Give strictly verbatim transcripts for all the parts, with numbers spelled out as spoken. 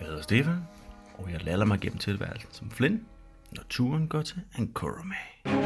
Jeg hedder Stefan, og jeg lader mig gennem tilværelsen som Flynn, når turen går til Anchorame.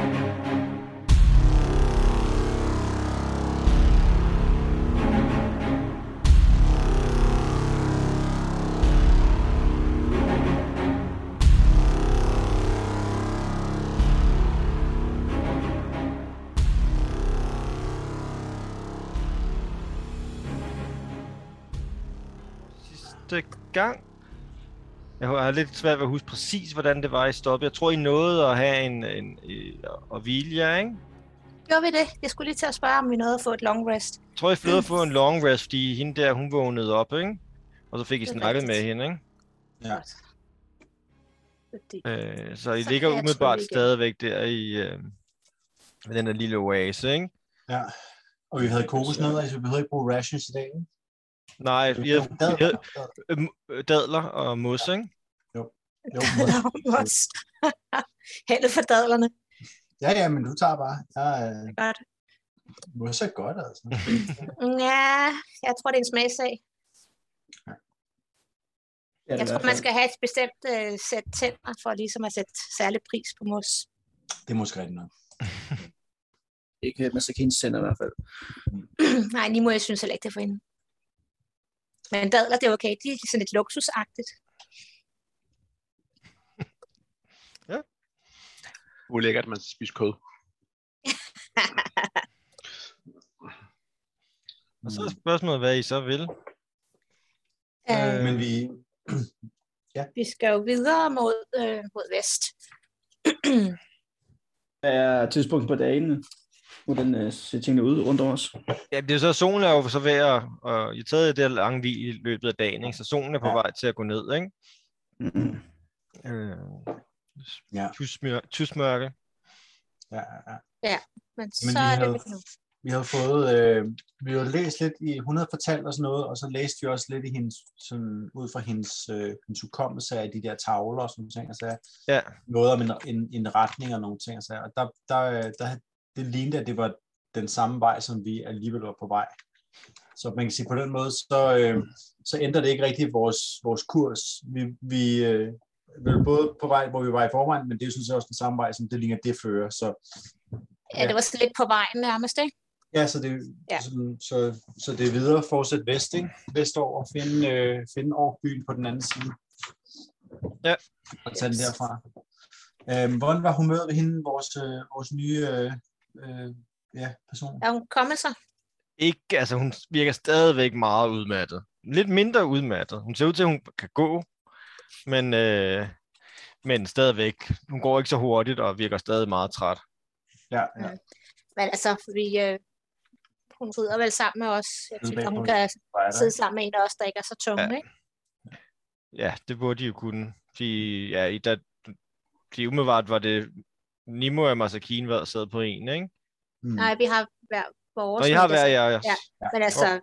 Sidste gang. Jeg har lidt svært ved at huske præcis, hvordan det var i stoppet. Jeg tror, I nåede at have en, en, en og hvile jer, ikke? Gjorde vi det? Jeg skulle lige til at spørge, om vi nåede at få et long rest. Jeg tror, I flød at få en long rest, fordi hende der, hun vågnede op, ikke? Og så fik I Det er snakket rigtigt. med hende, ikke? Ja. Godt. Fordi... Øh, så I Så ligger kan jeg umiddelbart trylle igen. stadigvæk der i øh, med den der lille oase, ikke? Ja. Og vi havde kokosnødder, så vi behøvede ikke bruge rations i dag. Ikke? Nej, vi havde, vi havde Dadler. øh, m- dadler og mos, ikke? Jo, Mos. Heldet for dadlerne. ja, ja, men du tager bare. Jeg øh, Godt. mos er godt, altså. Ja, jeg tror, det er en smagsag. Ja, Jeg tror, man skal have et bestemt uh, sæt tænder, for ligesom at sætte særlig pris på mos. Det er måske rigtigt nok. Ikke Masakins sender i hvert fald. Nej, lige må jeg synes heller ikke, det er for hende. Men dadler, det er okay. De er sådan lidt luksusagtigt. Ulækkert, at man skal spise kød. Og så er spørgsmålet, hvad I så vil. Øh, Men vi... vi skal jo videre mod, øh, mod vest. Hvad er tidspunktet på dagen? Hvordan øh, ser tingene ud rundt om os? Ja, det er så, solen er jo så ved at, og I har taget det der lange hvil i løbet af dagen, ikke? Så solen er på Ja. vej til at gå ned, ikke? Mm. Øh, Ja. tusmør, tusmørke. Ja, ja. Men, Men så vi er det havde- væk nu. Vi havde fået... Øh, vi havde læst lidt i... Hun havde fortalt os noget, og så læste vi også lidt i hendes... Sådan, ud fra hendes, øh, hendes hukommelse af de der tavler og sådan nogle ting. Altså, Ja, noget om en, en, en retning og nogle ting. Altså, og der, der, der, det lignede, at det var den samme vej, som vi alligevel var på vej. Så man kan sige, på den måde, så, øh, så ændrer det ikke rigtig vores, vores kurs. Vi, vi øh, vel både på vej, hvor vi var i forvejen, men det er jo sådan set også den samme vej, som det ligner, det fører. Så Ja, det var så lidt på vejen nærmest, ikke? ja, så det, Ja. ja. Så, så, så det er videre fortsæt vest, ikke? Vestover, finde, øh, finde Orkbyen på den anden side. Ja. Og tage den derfra. Øhm, hvordan var humøret ved hende, vores, øh, vores nye øh, øh, ja, person? Er hun kommet sig? ikke, altså hun virker stadigvæk meget udmattet. Lidt mindre udmattet. Hun ser ud til, at hun kan gå, men, øh, men stadigvæk. Hun går ikke så hurtigt og virker stadig meget træt. Ja, ja. Men altså, vi, øh, hun rider vel sammen med os. Jeg Nede tænker, bagpå. hun kan Spejder. sidde sammen med en af os, der ikke er så tunge, Ja. ikke? Ja, det burde de jo kunne. De, ja, i da, de umiddelbart var det Nimo og Masakine, der sad på en, ikke? Mm. Nej, vi har hver vores. Nå, I har men det er hver så- jeres. Ja, men altså,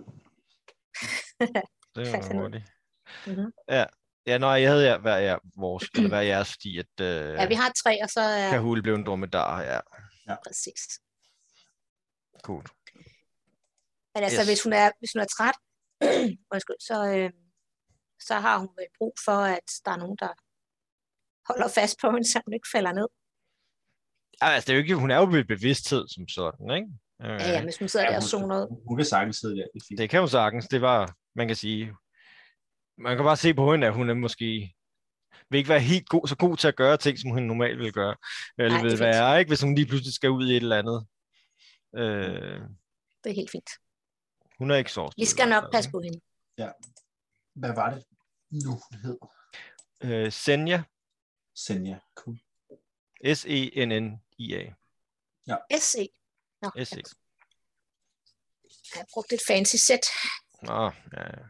Det Fandt var han ud. hurtigt. Mhm. Ja, ja, nej, jeg havde hver jer vores, eller hver jeres, fordi at øh, ja, vi har tre, og så er Kahul blev en dromedar, ja. præcis. Cool. Men altså, Yes. hvis, hun er, hvis hun er træt, undskyld, så, øh, så har hun vel brug for, at der er nogen, der holder fast på hende, så hun ikke falder ned. Ja, altså, det er jo ikke, hun er jo ved bevidsthed som sådan, ikke? Øh, Ja, ja, hvis hun sidder der og hun, zoner ud. hun, hun kan sagtens sidde der. Det er fint. Det kan hun sagtens. Det var, man kan sige, man kan bare se på hende, at hun er måske, vil ikke være helt god, så god til at gøre ting, som hun normalt vil gøre. Eller Nej, det vil er fint. være, ikke? Hvis hun lige pludselig skal ud i et eller andet. Øh, Det er helt fint. hun er ikke så. Vi skal nok passe på hende. Hvad var det nu, hun hed? Øh, Senja. Senja. Cool. S E N N I A. S E. Nå, S E. jeg har brugt et fancy sæt. Nå, ja, ja.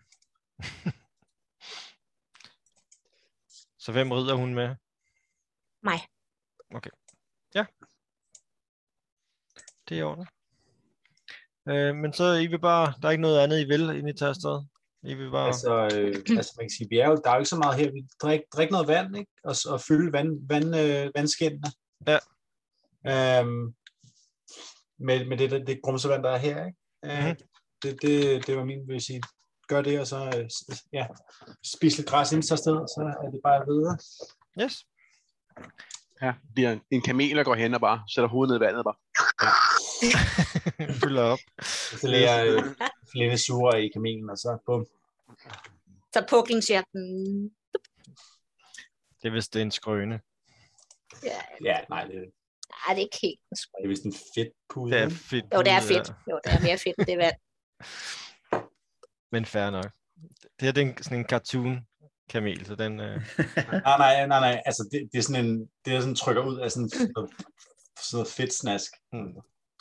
Så hvem rider hun med? Mig. Okay. Ja. Det er i orden. Øh, men så I vil bare, der er ikke noget andet, I vil, inden I tager afsted? I vil bare... Altså, øh, altså, man kan sige, vi er jo, der er jo ikke så meget her. Vi drikker drik noget vand, ikke? Og, og fylde vand, vand, øh, vandskændene. Ja. Øhm, med, med det, det, det grumsevand, der er her, ikke? Øh, Mhm. det, det, det var min, vil jeg sige. gør det, og så øh, s- ja, spise lidt græs ind så sted, og så er det bare videre. Yes. Ja, det bliver en, en kamel, der går hen og bare sætter hovedet ned i vandet. Bare. Fylder op. Flere, øh, flere sure i kamelen, og så bum. Så puklen siger, mm, Det er vist det er en skrøne. ja, Ja, nej, det, nej, det er ikke helt en det sprøjt. er vist en fedt pude. Det er ikke? fedt. Jo, det er ud, fedt. ja. Jo, det er mere fedt, end det vand. Men fair nok. Det her det er en, sådan en cartoon kamel, så den... Øh... Nej, nej, nej, nej, altså det, det er sådan en, det er sådan trykker ud af sådan noget, sådan noget fedt snask. Mm.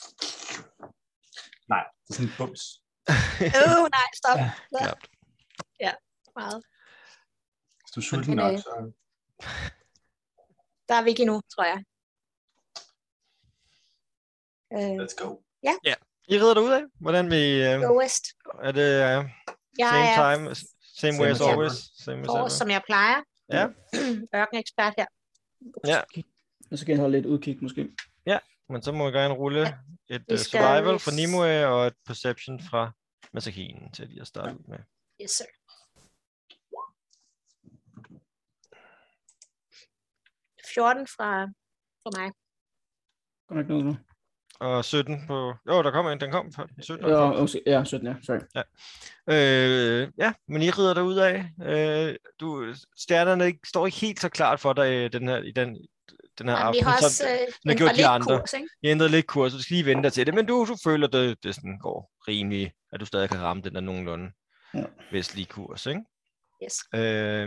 Nej, det er sådan en bums. Åh, oh, nej, stop. Ja. Klapt. Meget. Hvis du er sulten Men, nok, øh, så... Der er vi ikke endnu, tror jeg. Øh, Let's go. I rider derud af? Hvordan vi... Øh... go west. Er det uh, Jeg same er time, same way as as ever. always? Same as for, ever. som jeg plejer. Ja. Ørkenekspert her. Ja, Og så kan jeg holde lidt udkig måske. men så må vi gerne rulle Ja, et vi uh, skal- survival fra Nimue og et perception fra Masakinen til lige at starte ud med. Yes, sir. fjorten fra, fra mig. Godt nok noget nu. Og sytten på... Jo, der kommer en, den kom før. sytten Ja, og okay. Ja, sytten, ja. Sorry. Øh, ja, men I rider derud af. Øh, du, stjernerne ikke, står ikke helt så klart for dig i den her, i den, den her Jamen, vi aften. har så også øh, har gjort ændret de lidt andre. kurs, ikke? I ændrede lidt kurs, så du skal lige vente dig til det. Men du, du føler, det, det sådan går rimelig, at du stadig kan ramme den der nogenlunde Ja. vestlige kurs, ikke? Yes. Øh,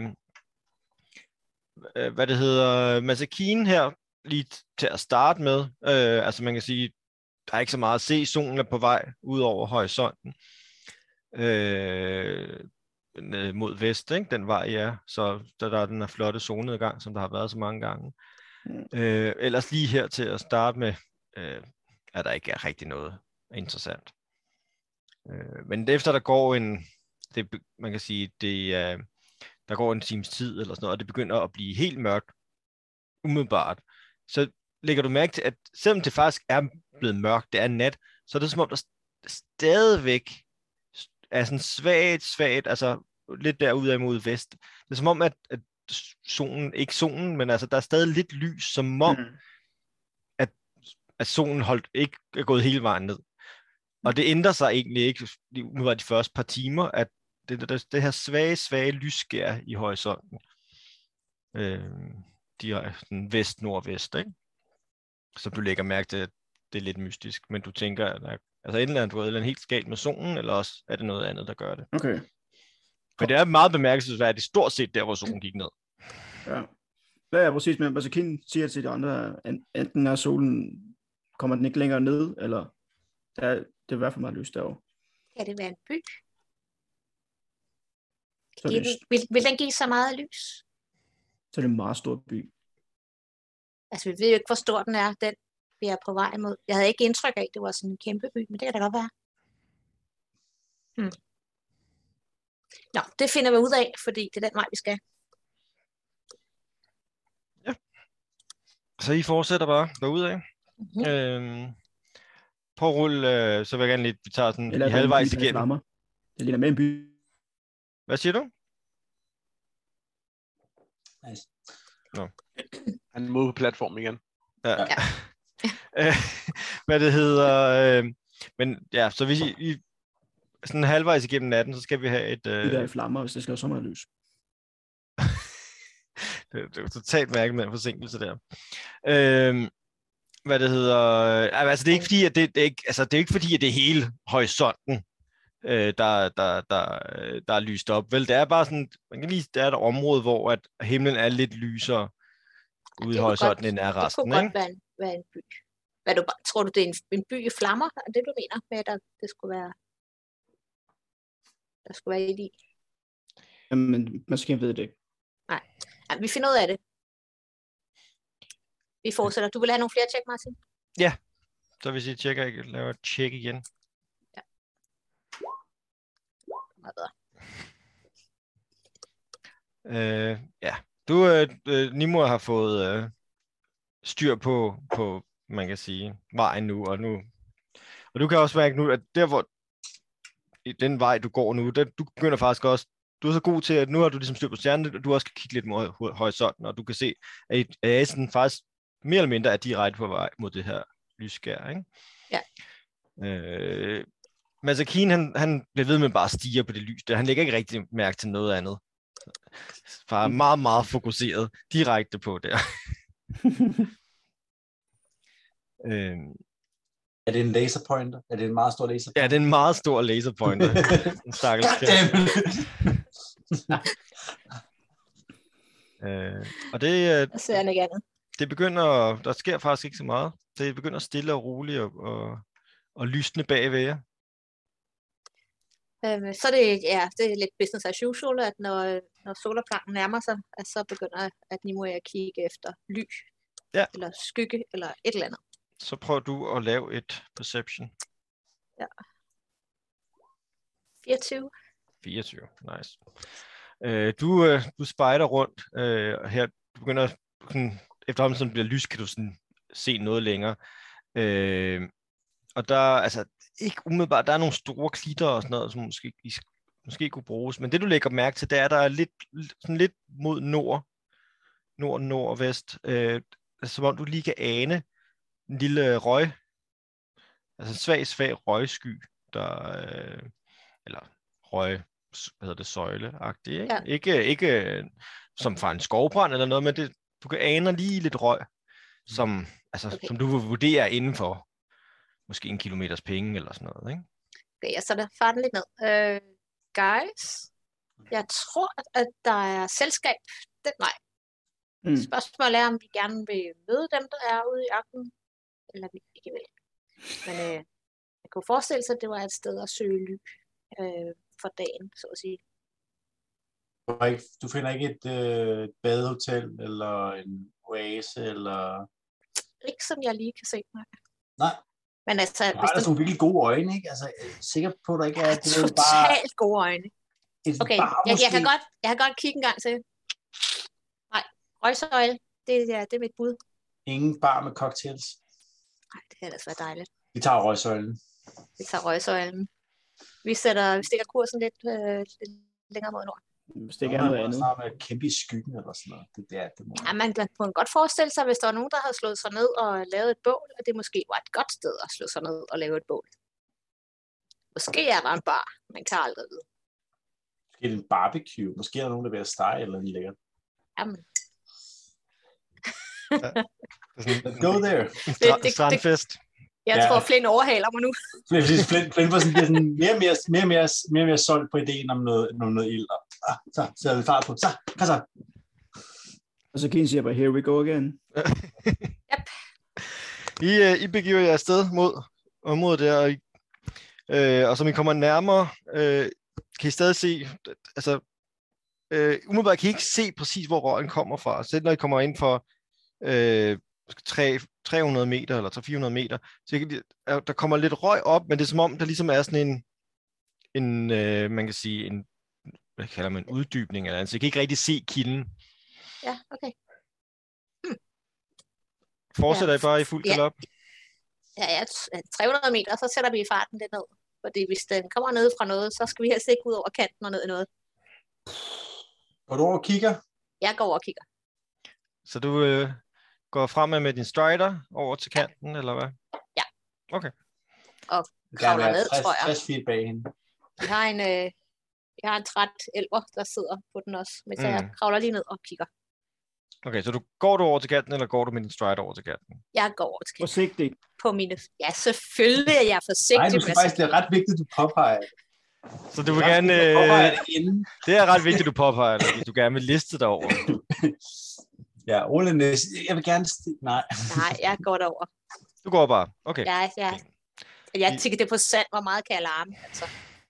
øh, hvad det hedder, Masakine her, lige til at starte med. Øh, altså man kan sige, der er ikke så meget at se. Solen er på vej ud over horisonten. Øh, ned mod vest, ikke? Den vej, ja. Så der, der er den her flotte solnedgang, som der har været så mange gange. Mm. Øh, ellers lige her til at starte med, øh, er der ikke rigtig noget interessant. Øh, men efter der går en, det, man kan sige, det er, der går en times tid eller sådan noget, og det begynder at blive helt mørkt, umiddelbart, så lægger du mærke til, at selvom det faktisk er blevet mørkt, det er nat, så er det som om, der stadigvæk er sådan svagt, svagt, altså lidt derude mod vest. Det er som om, at, at solen, ikke solen, men altså der er stadig lidt lys, som om, Mm. at, at solen holdt, ikke er gået hele vejen ned. Og det ændrer sig egentlig ikke, nu var de første par timer, at det, det, det her svage, svage lysskær i horisonten. Øh, de er sådan vest-nordvest, ikke? Så du lægger mærke til, at det er lidt mystisk, men du tænker, at der, altså enten er det helt skalt med solen, eller også er det noget andet, der gør det. Okay. Men det er meget bemærkelsesværdigt, stort set der, hvor solen gik ned. Ja. Hvad er præcis med, altså Kin siger til de andre, an- enten er solen, kommer den ikke længere ned, eller der, er- det er i hvert fald meget lys derovre. Kan det være en by? Så er Giver det, den, vil, vil den give så meget lys? så er det en meget stor by. Altså, vi ved jo ikke, hvor stor den er, den vi er på vej imod. Jeg havde ikke indtryk af, at det var sådan en kæmpe by, men det kan da godt være. Hmm. Nå, det finder vi ud af, fordi det er den vej, vi skal. Så I fortsætter bare derudad. Mm-hmm. Øhm, på at rulle, øh, så vil jeg gerne lige, vi tager sådan Eller i er det en halvvejs by, der er igennem. flammer? Det ligner mere en by. Hvad siger du? Nice. Han er ude på platformen igen. Ja. Ja. Øh, hvad det hedder. Øh, men ja, så hvis I, I sådan halvvejs igennem natten, så skal vi have et... By, der er Øh, i flammer, hvis det skal være så meget lys. det, det er totalt mærkeligt med en forsinkelse der. Øh, hvad det hedder. Øh, altså det er ikke fordi, at det, det er ikke, altså det er ikke fordi, at det er hele horisonten, øh, der, der, der, øh, der er lyst op. Vel, det er bare sådan, man kan lige, der er et område, hvor at himlen er lidt lysere ude i kunne horisonten, godt- end er Det resten, kunne ikke? godt være en, være en by. Hvad du, tror du, det er en, en by i flammer? Er det, du mener med, at der, det skulle være, der skulle være et i? Men man skal ved det ikke. Ja, vi finder ud af det. Vi fortsætter. Du vil have nogle flere tjek, Martin? Så hvis I tjekker, jeg laver et tjek igen. Meget bedre. Øh, ja, du, øh, øh, Nimue har fået øh, styr på, på, man kan sige, vejen nu, og nu, og du kan også mærke nu, at der hvor, i den vej, du går nu, der, du begynder faktisk også, du er så god til, at nu har du ligesom styr på stjernen, og du også kan kigge lidt mod ho- horisonten, og du kan se, at Asen faktisk mere eller mindre er direkte på vej mod det her lysskær, ikke? Ja. Øh, Masakin, han, han bliver ved med bare at stige på det lys der. Han lægger ikke rigtig mærke til noget andet. Bare meget, meget fokuseret direkte på det. øh, Er det en laserpointer? Er det en meget stor laserpointer? ja, det er en meget stor laserpointer. En stakkels skær. øh, og det, øh, Jeg ser han ikke andet. det begynder, der sker faktisk ikke så meget. Det begynder stille og roligt og, og, og lysne bagved jer. Øhm, så er det, ja, det er lidt business as usual, at når, når solarplanken nærmer sig, at så begynder at Nimue at kigge efter ly, Ja. eller skygge, eller et eller andet. Så prøver du at lave et perception. fireogtyve. fireogtyve, nice. Øh, du, øh, du spejder rundt øh, og her. Du begynder, sådan, efterhånden som det bliver lys, kan du sådan se noget længere. Øh, og der, altså, ikke umiddelbart, der er nogle store klitter og sådan noget, som måske, måske kunne bruges. Men det, du lægger mærke til, det er, der er lidt, sådan lidt mod nord, nord, nordvest. Øh, som om du lige kan ane en lille røg, altså en svag, svag røgsky, der, øh, eller røg, hvad hedder det, søjle-agtigt, ikke? Ja. Ikke, ikke som fra en skovbrand eller noget, men det, du kan ane lige lidt røg, som, altså, Okay. som du vil vurdere inden for måske en kilometers penge eller sådan noget, ikke? Okay, jeg sætter farten lidt ned. Øh, guys, jeg tror, at der er selskab den vej. Mm. Spørgsmålet er, om vi gerne vil møde dem, der er ude i ørkenen, eller vi ikke vil. Men øh, jeg kunne forestille sig, at det var et sted at søge ly øh, for dagen, så at sige. Du, har ikke, du finder ikke et øh, badehotel, eller en oase, eller... Ikke som jeg lige kan se. Nej. Nej, Men altså, du hvis har altså den nogle virkelig gode øjne, ikke? Altså, jeg er sikker på, at der ikke er... er Det er jo bare totalt gode øjne. et Okay, bar, jeg, jeg, kan måske. godt, jeg kan godt kigge en gang til. Nej, røgsøjle, det, er, det er mit bud. Ingen bar med cocktails. Nej, det kan ellers være dejligt. Vi tager røgsøjlen. Vi tager røgsøjlen. Vi, sætter, vi stikker kursen lidt, øh, lidt længere mod nord. Hvis det ikke er noget andet. Snart med at kæmpe i skyggen eller sådan noget. Det, det er det må. Ja, man kan man kan godt forestille sig, hvis der var nogen, der havde slået sig ned og lavet et bål, at det måske var et godt sted at slå sig ned og lave et bål. Måske er der en bar, man kan aldrig vide. Måske er det en barbecue. Måske er der nogen, der vil have stege eller en lækkert. Jamen, Let's go there. Stra- det- strandfest. jeg Ja. tror, Flynn overhaler mig nu. Flint, Flint var sådan, bliver sådan mere og mere, mere, mere, mere, og mere solgt på ideen om noget, om noget ild. Og, ah, så, så er vi fart på. Så, kom så. Og så Keen siger bare, here we go again. I, øh, I begiver jer afsted mod området der, og, I, øh, og som I kommer nærmere, øh, kan I stadig se, altså, øh, umiddelbart kan I ikke se præcis, hvor røgen kommer fra. Selv når I kommer ind for øh, tre hundrede meter, eller tre hundrede til fire hundrede meter, så kan, I- der kommer lidt røg op, men det er som om, der ligesom er sådan en, en øh, man kan sige, en, hvad kalder man, uddybning eller andet, så I kan ikke rigtig se kilden. Ja, okay. Fortsætter I bare i fuld Ja. galop? Ja, ja, t- tre hundrede meter, så sætter vi farten lidt ned. Fordi hvis den kommer ned fra noget, så skal vi helst ikke ud over kanten og ned i noget. Går du over og kigger? Jeg går over og kigger. Så du øh, går fremad med din strider over til kanten, eller hvad? Ja. Okay. Og Jeg kravler ned, tres, tror jeg. tres feet bag hende. Vi har en, øh, vi har en træt elver, der sidder på den også. Men så jeg Mm. kravler lige ned og kigger. Okay, så du går du over til kanten, eller går du med din strider over til kanten? Jeg går over til kanten Forsigtigt. på mine... Ja, selvfølgelig er jeg forsigtig. Nej, du skal med faktisk, det er ret vigtigt, du påpeger det. Så du vil Ret gerne... vigtigt, du påpeger Øh, det inden. det er ret vigtigt, du påpeger det, hvis du gerne vil liste dig over. Ja, Ole Næs, jeg vil gerne... Sti- Nej. Nej, jeg går derover. Du går bare. Okay. Ja, ja. Jeg tænker, det er på sand, hvor meget kan jeg larme. Altså.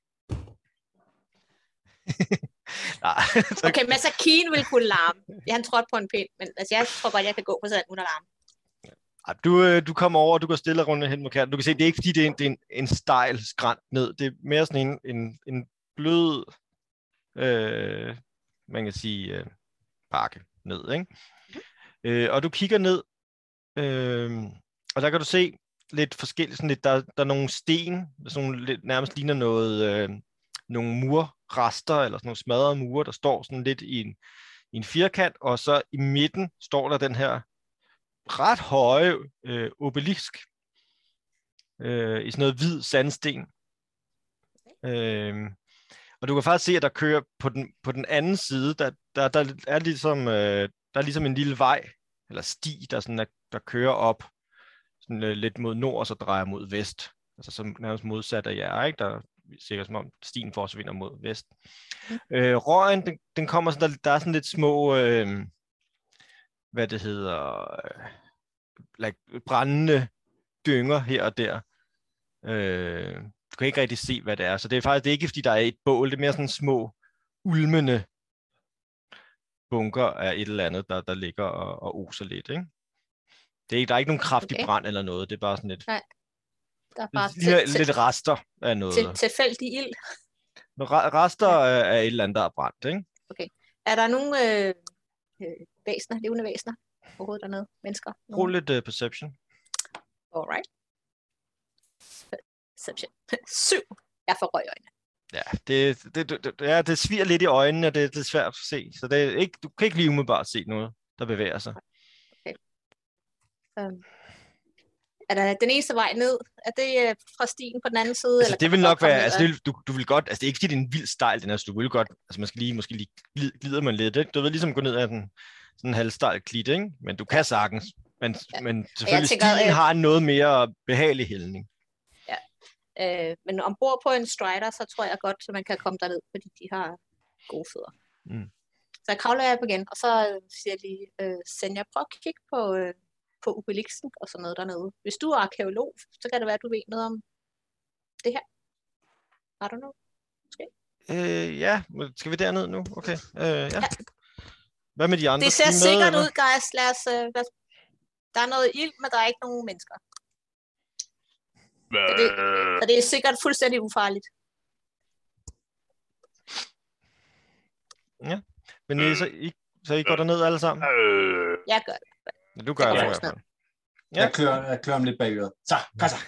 Nej, så, Okay, Masakin ville kunne larme. Ja, han trådte på en pind, men altså, jeg tror godt, jeg kan gå på sand uden at larme. Ej, du, øh, du kommer over, og du går stille rundt hen mod kanten. Du kan se, det er ikke fordi, det er en, det er en, en stejl skrant ned. Det er mere sådan en, en, en blød, øh, man kan sige, øh, bakke ned, ikke? Øh, og du kigger ned, øh, og der kan du se, lidt forskelligt. Sådan lidt, der, der er nogle sten, sådan nogle, lidt, nærmest ligner noget, øh, nogle murrester, eller sådan nogle smadrede mure, der står sådan lidt i en, i en firkant, og så i midten står der den her ret høje øh, obelisk, øh, i sådan noget hvid sandsten. Øh, og du kan faktisk se, at der kører på den, på den anden side, der, der, der, er ligesom, øh, der er ligesom en lille vej, eller sti, der, sådan er, der kører op sådan, øh, lidt mod nord, og så drejer mod vest. Altså som nærmest modsat af jer, ikke? Der sikkert som om stien forsvinder mod vest. Mm. Øh, røgen, den, den kommer sådan, der, der er sådan lidt små, øh, hvad det hedder, øh, like, brændende dynger her og der. Øh, du kan ikke rigtig se, hvad det er. Så det er faktisk det er ikke, fordi der er et bål. Det er mere sådan små, ulmende bunker af et eller andet, der, der ligger og, og oser lidt. Ikke? Det er, der er ikke nogen kraftig okay. brand eller noget. Det er bare sådan lidt, Nej. Der er bare lidt, til, lidt rester af noget. Til, tilfældig ild. Rester ja. af et eller andet, der er brændt. Ikke? Okay. Er der nogle øh, væsener, levende væsener overhovedet dernede? Mennesker? Brug lidt uh, perception. Alright. Perception. Syv. Jeg får røg i øjnene. Ja, det, det, det, ja, det sviger lidt i øjnene, og det, det er svært at se. Så det er ikke, du kan ikke lige umiddelbart se noget, der bevæger sig. Okay. Um, er der den eneste vej ned? Er det uh, fra stien på den anden side? Altså, eller det vil nok være, altså, det, du, du vil godt, altså det er ikke fordi, det er en vild stejl, den her, så du vil godt, altså man skal lige, måske lige glid, glider man lidt, ikke? Du vil ligesom gå ned ad den, sådan en halvstejl klit, ikke? Men du kan sagtens, men, ja. men selvfølgelig tænker, stien øh... har en noget mere behagelig hældning. Øh, men ombord på en strider, så tror jeg godt, at man kan komme derned, fordi de har gode fødder. Mm. Så jeg kravler jeg op igen, og så siger jeg lige, øh, Senja, prøv at kigge på, øh, på obelisken og sådan noget dernede. Hvis du er arkeolog, så kan det være, at du ved noget om det her. I don't know. Måske. Øh, ja, skal vi derned nu? Okay. Øh, ja. ja. Hvad med de andre? Det ser sikkert ud, guys. Lad os, øh, lad os... Der er noget ild, men der er ikke nogen mennesker. Så det, så det er sikkert fuldstændig ufarligt. Ja, men I, så, I, så I går derned alle sammen? Jeg gør det. Ja, du gør det i hvert fald. Ja. Jeg klør, jeg klør om lidt bag øret. Så, kom så.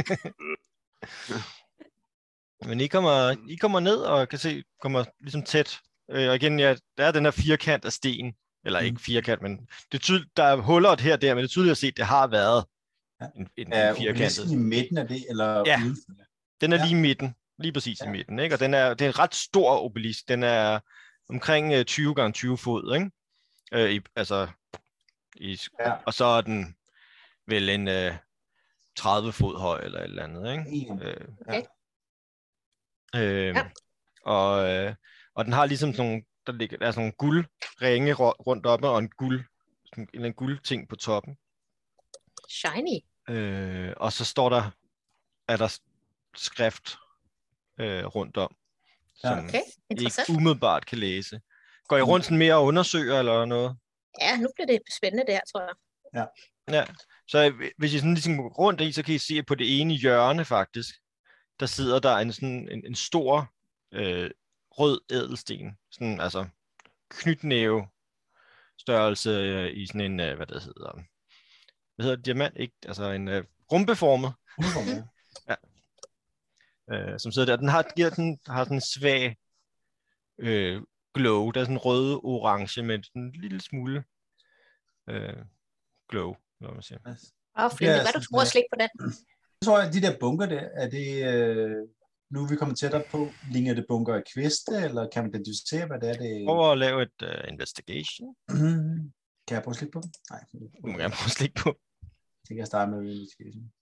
Men I kommer, I kommer ned og kan se, kommer ligesom tæt. Øh, og igen, ja, der er den her firkant af sten. Eller mm. ikke firkant, men det er tydeligt, der er huller her og der, men det er tydeligt at se, at det har været en, en, er en firkantet. Er i midten af det, eller ja, uden? den er ja. lige i midten. Lige præcis ja. i midten, ikke? Og den er, det er en ret stor obelisk. Den er omkring tyve gange tyve fod, ikke? Øh, i, altså, i, ja. Og så er den vel en øh, tredive fod høj, eller et eller andet, ikke? Ja. Øh, okay. øh, ja. Og, øh, og den har ligesom sådan nogle, der ligger, der er sådan nogle guldringe rundt oppe, og en guld, sådan en, en guldting på toppen. Shiny. Øh, og så står der, er der skrift øh, rundt om, som okay. ikke umiddelbart kan læse. Går I rundt sådan mere og undersøger eller noget? Ja, nu bliver det spændende der, tror jeg. Ja. Ja. Så hvis I sådan ligesom går rundt i, så kan I se, at på det ene hjørne faktisk, der sidder der en, sådan, en, en stor øh, rød ædelsten. Sådan, altså knytnæve størrelse øh, i sådan en, øh, hvad det hedder, hvad hedder det, diamant? Ikke? Altså en øh, rumpeformet. Rumpeformet. Ja. Øh, som sidder der. Den har, giver den, har sådan en svag øh, glow. Der er sådan en røde-orange med en lille smule øh, glow, hvad man siger. Åh, oh, Flinte, hvad du tror slik på den? Jeg tror, at de der bunker der, er det, øh, nu er vi kommet tættere på, ligner det bunker af kviste, eller kan man identificere, hvad det er? Det... Prøv at lave et uh, investigation. Kan jeg prøve slik på? Nej. Du må gerne prøve slik på. Så kan jeg starte med investigation.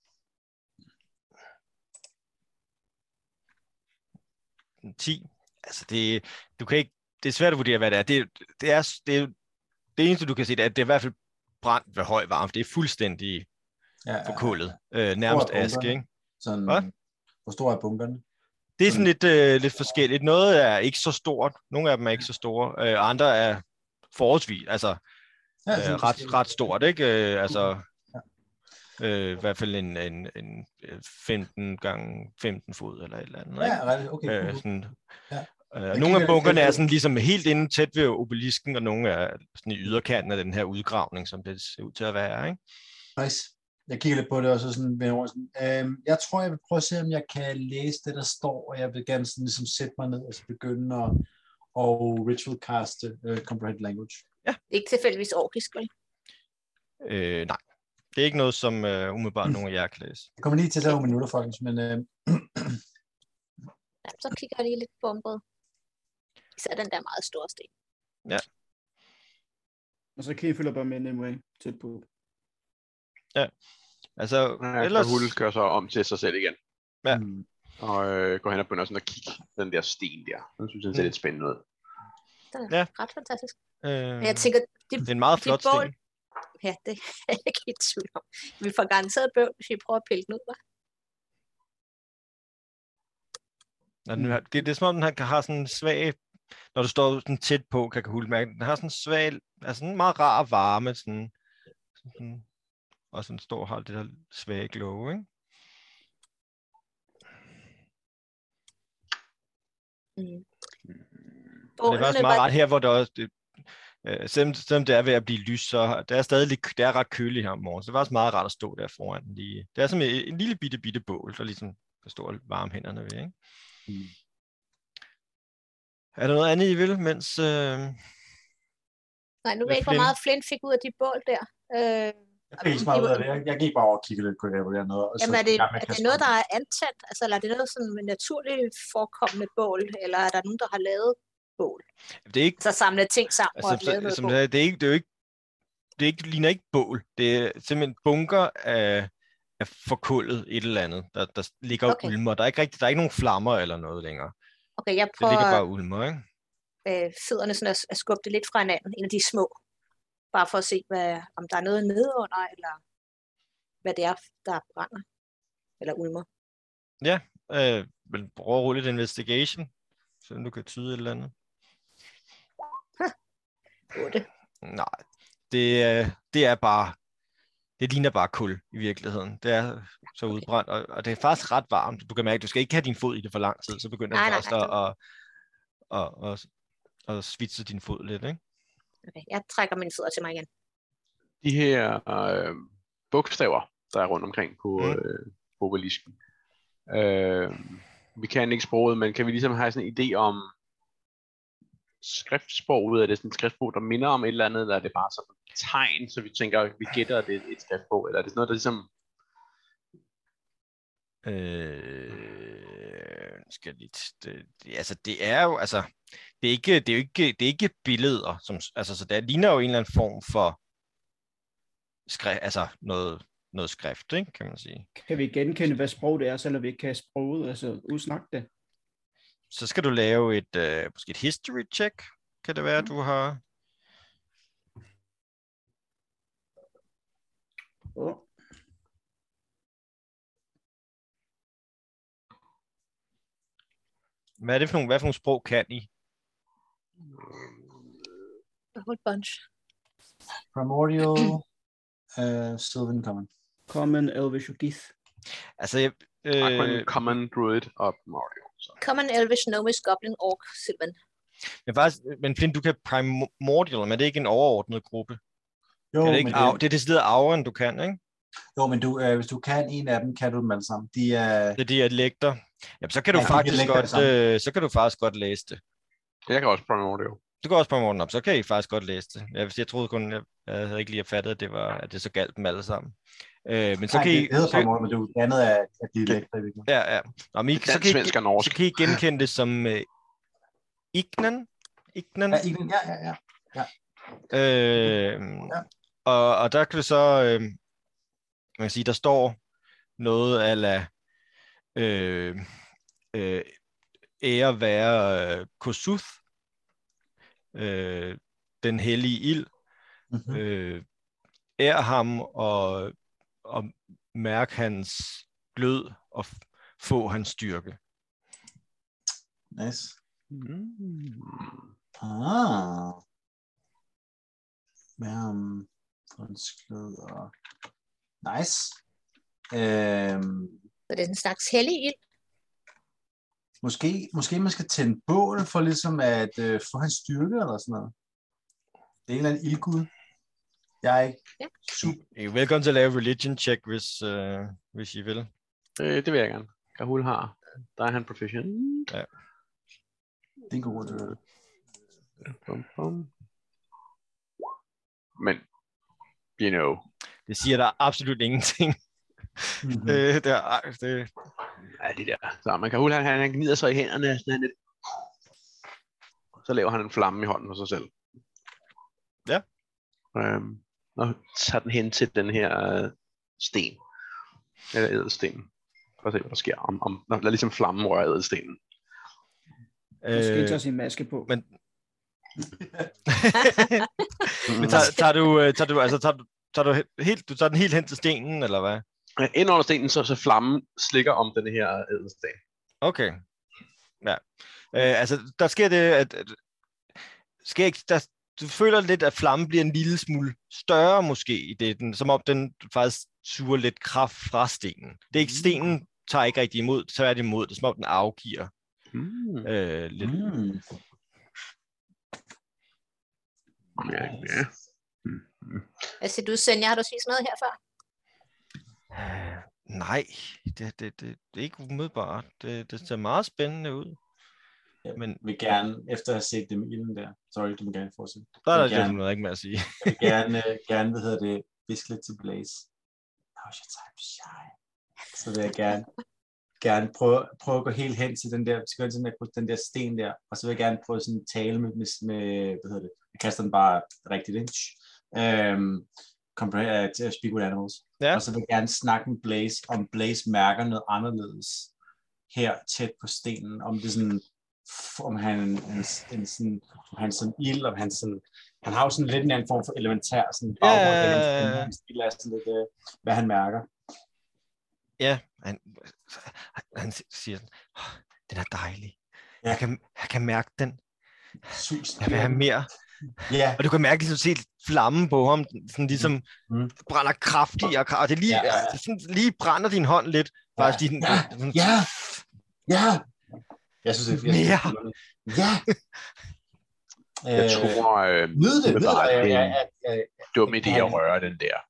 ti. Altså, det, du kan ikke, det er svært at vurdere, hvad det er. Det, det, er, det, er, det eneste, du kan se, det er, at det er i hvert fald brændt ved høj varme. Det er fuldstændig ja, ja, forkullet. Øh, nærmest aske, ikke? Sådan, Hvad? Hvor store er bunkerne? Det er sådan lidt, øh, lidt forskelligt. Noget er ikke så stort. Nogle af dem er ikke så store. Øh, andre er forholdsvis, altså ja, øh, ret, ret stort, ikke? Øh, altså øh, i hvert fald en, en, en femten gange femten fod eller et eller andet. Ja, okay. okay. Øh, sådan, ja. øh, nogle af bunkerne er sådan ligesom helt inde tæt ved obelisken, og nogle er sådan i yderkanten af den her udgravning, som det ser ud til at være, ikke? Nice. jeg kigger lidt på det, og så sådan, vender over sådan, øhm, jeg tror, jeg vil prøve at se, om jeg kan læse det, der står, og jeg vil gerne sådan ligesom sætte mig ned og så begynde at og ritual caste uh, comprehend language. Ikke tilfældigvis orkisk, vel? Øh, nej, det er ikke noget, som uh, umiddelbart nogen af jer kan læse. Jeg kommer lige til at tage nogle minutter, folkens, men øh, Ja, så kigger jeg lige lidt på området. Især den der meget store sten. Og så kan I følge bare med Nimue tæt på. Altså, Ja, ellers... Hul kører så om til sig selv igen. Ja. mm, Og øh, går hen og begynder sådan at kigge på den der sten der. Jeg synes, den ser Mm. lidt spændende ud. Den er Ja. ret fantastisk. Øh, Men jeg tænker, de, det er en meget de flot bål, sten. ja, det er jeg ikke helt i tvivl om. Vi får garanteret bøvl, hvis vi prøver at pille den ud, hva'? Når den, har- det, det er som om, den har, har sådan en svag, når du står sådan tæt på, kan Hul mærke, den har sådan en svag, altså en meget rar varme, sådan, sådan og sådan står og har det der svage glow, ikke? Mm. Og det er faktisk meget ret her, hvor der også, det, øh, selvom, selvom det er ved at blive lys, så det er stadig lidt, det er ret køligt her om morgenen, så det er faktisk meget rart at stå der foran den lige. Det er som en, en lille bitte, bitte bål, der ligesom kan stå og varme hænderne ved, ikke? mm. Er der noget andet, I vil, mens... Øh, Nej, nu ved Med jeg ikke, hvor Flynn. meget Flint fik ud af de bål der. Øh, Jeg fik ikke så meget ud af det. Jeg, jeg gik bare over og kiggede lidt på det, på det noget. Og Jamen, er det, i gang med er at det kaste noget, mig. der er antændt? Altså, eller er det noget sådan naturligt forekommende bål? Eller er der nogen, der har lavet bål? det er ikke... Så samlet ting sammen Altså, og lavet så, noget som bål? det, er, det er ikke... Det er jo ikke... Det, er ikke, det ligner ikke bål. Det er simpelthen bunker af, af forkullet et eller andet, der, der ligger Okay. okay. ulmer. Der er ikke rigtig, der er ikke nogen flammer eller noget længere. Okay, jeg Det ligger prøver bare ulmer, ikke? øh, fødderne sådan at, at skubbe det lidt fra hinanden. En af de små. Bare for at se, hvad, om der er noget nedenunder, eller hvad det er, der brænder. Eller ulmer. Øh, men prøv at rulle et investigation, så du kan tyde et eller andet. otte. Nej, det, er- det er bare, det ligner bare kul i virkeligheden. Det er så udbrændt, og, og det er faktisk ret varmt. Du kan mærke, du skal ikke have din fod i det for lang tid, så begynder Nej, den nej, først nej, at, at, at, at, at svitse din fod lidt, ikke? Okay, jeg trækker mine fødder til mig igen. De her øh, bogstaver, der er rundt omkring på, Mm. øh, på obelisken. Øh, vi kan ikke sproget, men kan vi ligesom have sådan en idé om skriftsproget? Er det sådan et skriftsprog, der minder om et eller andet, eller er det bare sådan et tegn, så vi tænker, vi gætter, at det er et skriftsprog, eller er det sådan noget, der ligesom... Øh, skal jeg lige t- det, det, altså det er jo altså det er ikke det er jo ikke det er ikke billeder som altså så det ligner jo en eller anden form for skrift, altså noget noget skrift, ikke, kan man sige. Kan vi genkende, hvad sprog det er, selvom vi ikke kan sproget, altså udsnakke det? Så skal du lave et øh, måske et history check, kan det være, du har. Oh. Hvad er det for nogle, hvad for nogle sprog kan I? A whole bunch. Primordial, uh, Sylvan Common. Common, Elvish og Gith. Altså jeg, Aquan, øh, Common, Druid og Mario. Så. Common, Elvish, Gnomish, Goblin, Orc, Sylvan. men faktisk, men Flynn, du kan primordial, men det er ikke en overordnet gruppe. Jo, er det, men ikke, det, det... det er decideret auren, du kan, ikke? jo, men du, øh, hvis du kan en af dem, kan du dem alle sammen. De er... Det er dialekter. Jamen, så kan du Ja, de faktisk dialekter er det godt, øh, så kan du faktisk godt læse det. Jeg kan også Primordial. Det går også på morgenen op, så kan I faktisk godt læse det. Jeg, jeg troede kun, jeg, jeg havde ikke lige fattet, at det var, at det så galt dem alle sammen. Øh, men så Nej, kan I, det hedder så, Primordial, men det er jo det andet af, af de lægter i virkeligheden. ja, ja. Nå, men I, så, Dansk, kan I, svensk og norsk. så kan I genkende det som uh, Ignan. Ignan. Ja, igen, ja, ja, ja. Øh, Ja. og, og der kan du så, øh, man kan sige, der står noget ala øh, øh, ære være øh, Kosuth, øh, den hellige ild, Mm-hmm. øh, ær ham og, og mærke hans glød og f- få hans styrke. Nice. Mm. Ah. Med fransklæd og... Nice. Øhm, Så det er en slags hellig ild. måske, måske man skal tænde bål for ligesom at øh, få hans styrke eller sådan noget. Det er en eller anden ildgud. Jeg er ikke Ja. super. I er velkommen til at lave religion check, hvis, øh, hvis I vil. Øh, det vil jeg gerne. Kahul har. Der er han proficient. Det er en god tur. Bum, bum. Men, you know. Det siger der absolut ingenting. Mm-hmm. øh, det er, det, Ja, det der. Så man Kahul, han, han gnider sig i hænderne. Sådan han lidt. Så laver han en flamme i hånden for sig selv. Ja. Øhm, og tager den hen til den her øh, sten. Eller ædelsten. For at se, hvad der sker. Om, om, når der ligesom flammen rører ædelstenen. Jeg skal ikke øh, tage sin maske på. men men tager, tager du, øh, tager du, altså tager du, tager du helt, du tager den helt hen til stenen, eller hvad? Øh, Ind under stenen, så, så flammen slikker om den her ædelsten. Okay. Ja. Øh, altså, der sker det, at, at sker ikke, der, du føler lidt, at flammen bliver en lille smule større måske i det, den, som om den faktisk suger lidt kraft fra stenen. Det er ikke, stenen tager ikke rigtig imod, tværtimod, det er som om den afgiver Mm. øh, lidt. Mm. Ja, ja. Mm. Hvad siger du, Senja? Har du spist noget her før? Øh, nej, det, det, det, det er ikke umiddelbart. Det, det ser meget spændende ud. Jeg Men vil gerne, efter at have set dem i ilden der, sorry, du må gerne fortsætte. der er Jeg der vil gerne, gerne, noget ikke med at sige. jeg vil gerne, øh, gerne, hvad hedder det, viske lidt til Blaze. Now's your time to shine. Så vil jeg gerne, gerne prøve, prøve at gå helt hen til den der, til den der, den der sten der, og så vil jeg gerne prøve sådan at tale med, med, med hvad hedder det, jeg kaster den bare rigtigt ind. Øhm, Compare til at speak with animals. Ja. Og så vil jeg gerne snakke med Blaze, om Blaze mærker noget anderledes her tæt på stenen, om det sådan, om han en, en sådan, om han sådan ild, om han sådan, han har jo sådan lidt en anden form for elementær sådan baggrund, Ja, ja, yeah. ja, ja. Han stiller sådan lidt, øh, hvad han mærker. Ja, han, han siger sådan, "Åh, den er dejlig. Ja. Jeg, kan, jeg kan mærke den. Sus. Jeg vil have mere." Ja, Og du kan mærke, ligesom se flammen på ham, sådan ligesom Mm. brænder kraftigere, og, og det lige, Ja, ja, ja. ja. sådan, lige brænder din hånd lidt. Ja. Faktisk, din, Ja, sådan, ja, ja. Jeg synes, det er Mere. Ja. Jeg Øh, tror, øh, Nyd det, det nyd er bare det. Jeg, en jeg, jeg, jeg, dum idé han- at røre den der.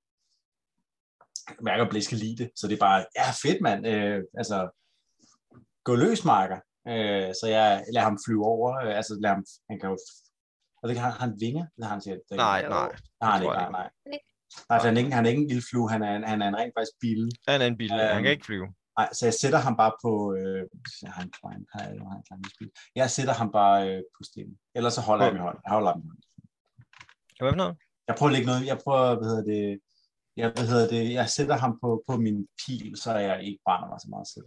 jeg mærker, at Blaze kan lide det, så det er bare, ja, fedt, mand. Øh, altså, gå løs, marker. Øh, så jeg lader ham flyve over. Øh, altså, lader ham, han kan jo... Og det kan han, har han vinger? Det har han sikkert. Det nej, kan- nej. Det har han tror ikke, jeg nej, nej. Nej, for han er ikke, han er ikke en ildflue, han er, en- han er en rent faktisk bil. Han er en bil, han Øhm, kan ikke flyve. Nej, så jeg sætter ham bare på... Øh, jeg har en klein, har jeg, har en klein bil. Jeg sætter ham bare øh, på stenen. Ellers så holder jeg ham i hånden. Jeg holder ham i hånden. Hvad for noget? Jeg prøver at lægge noget... Jeg prøver, hvad hedder det... Jeg, hvad hedder det, jeg sætter ham på, på min pil, så jeg ikke brænder mig så meget selv.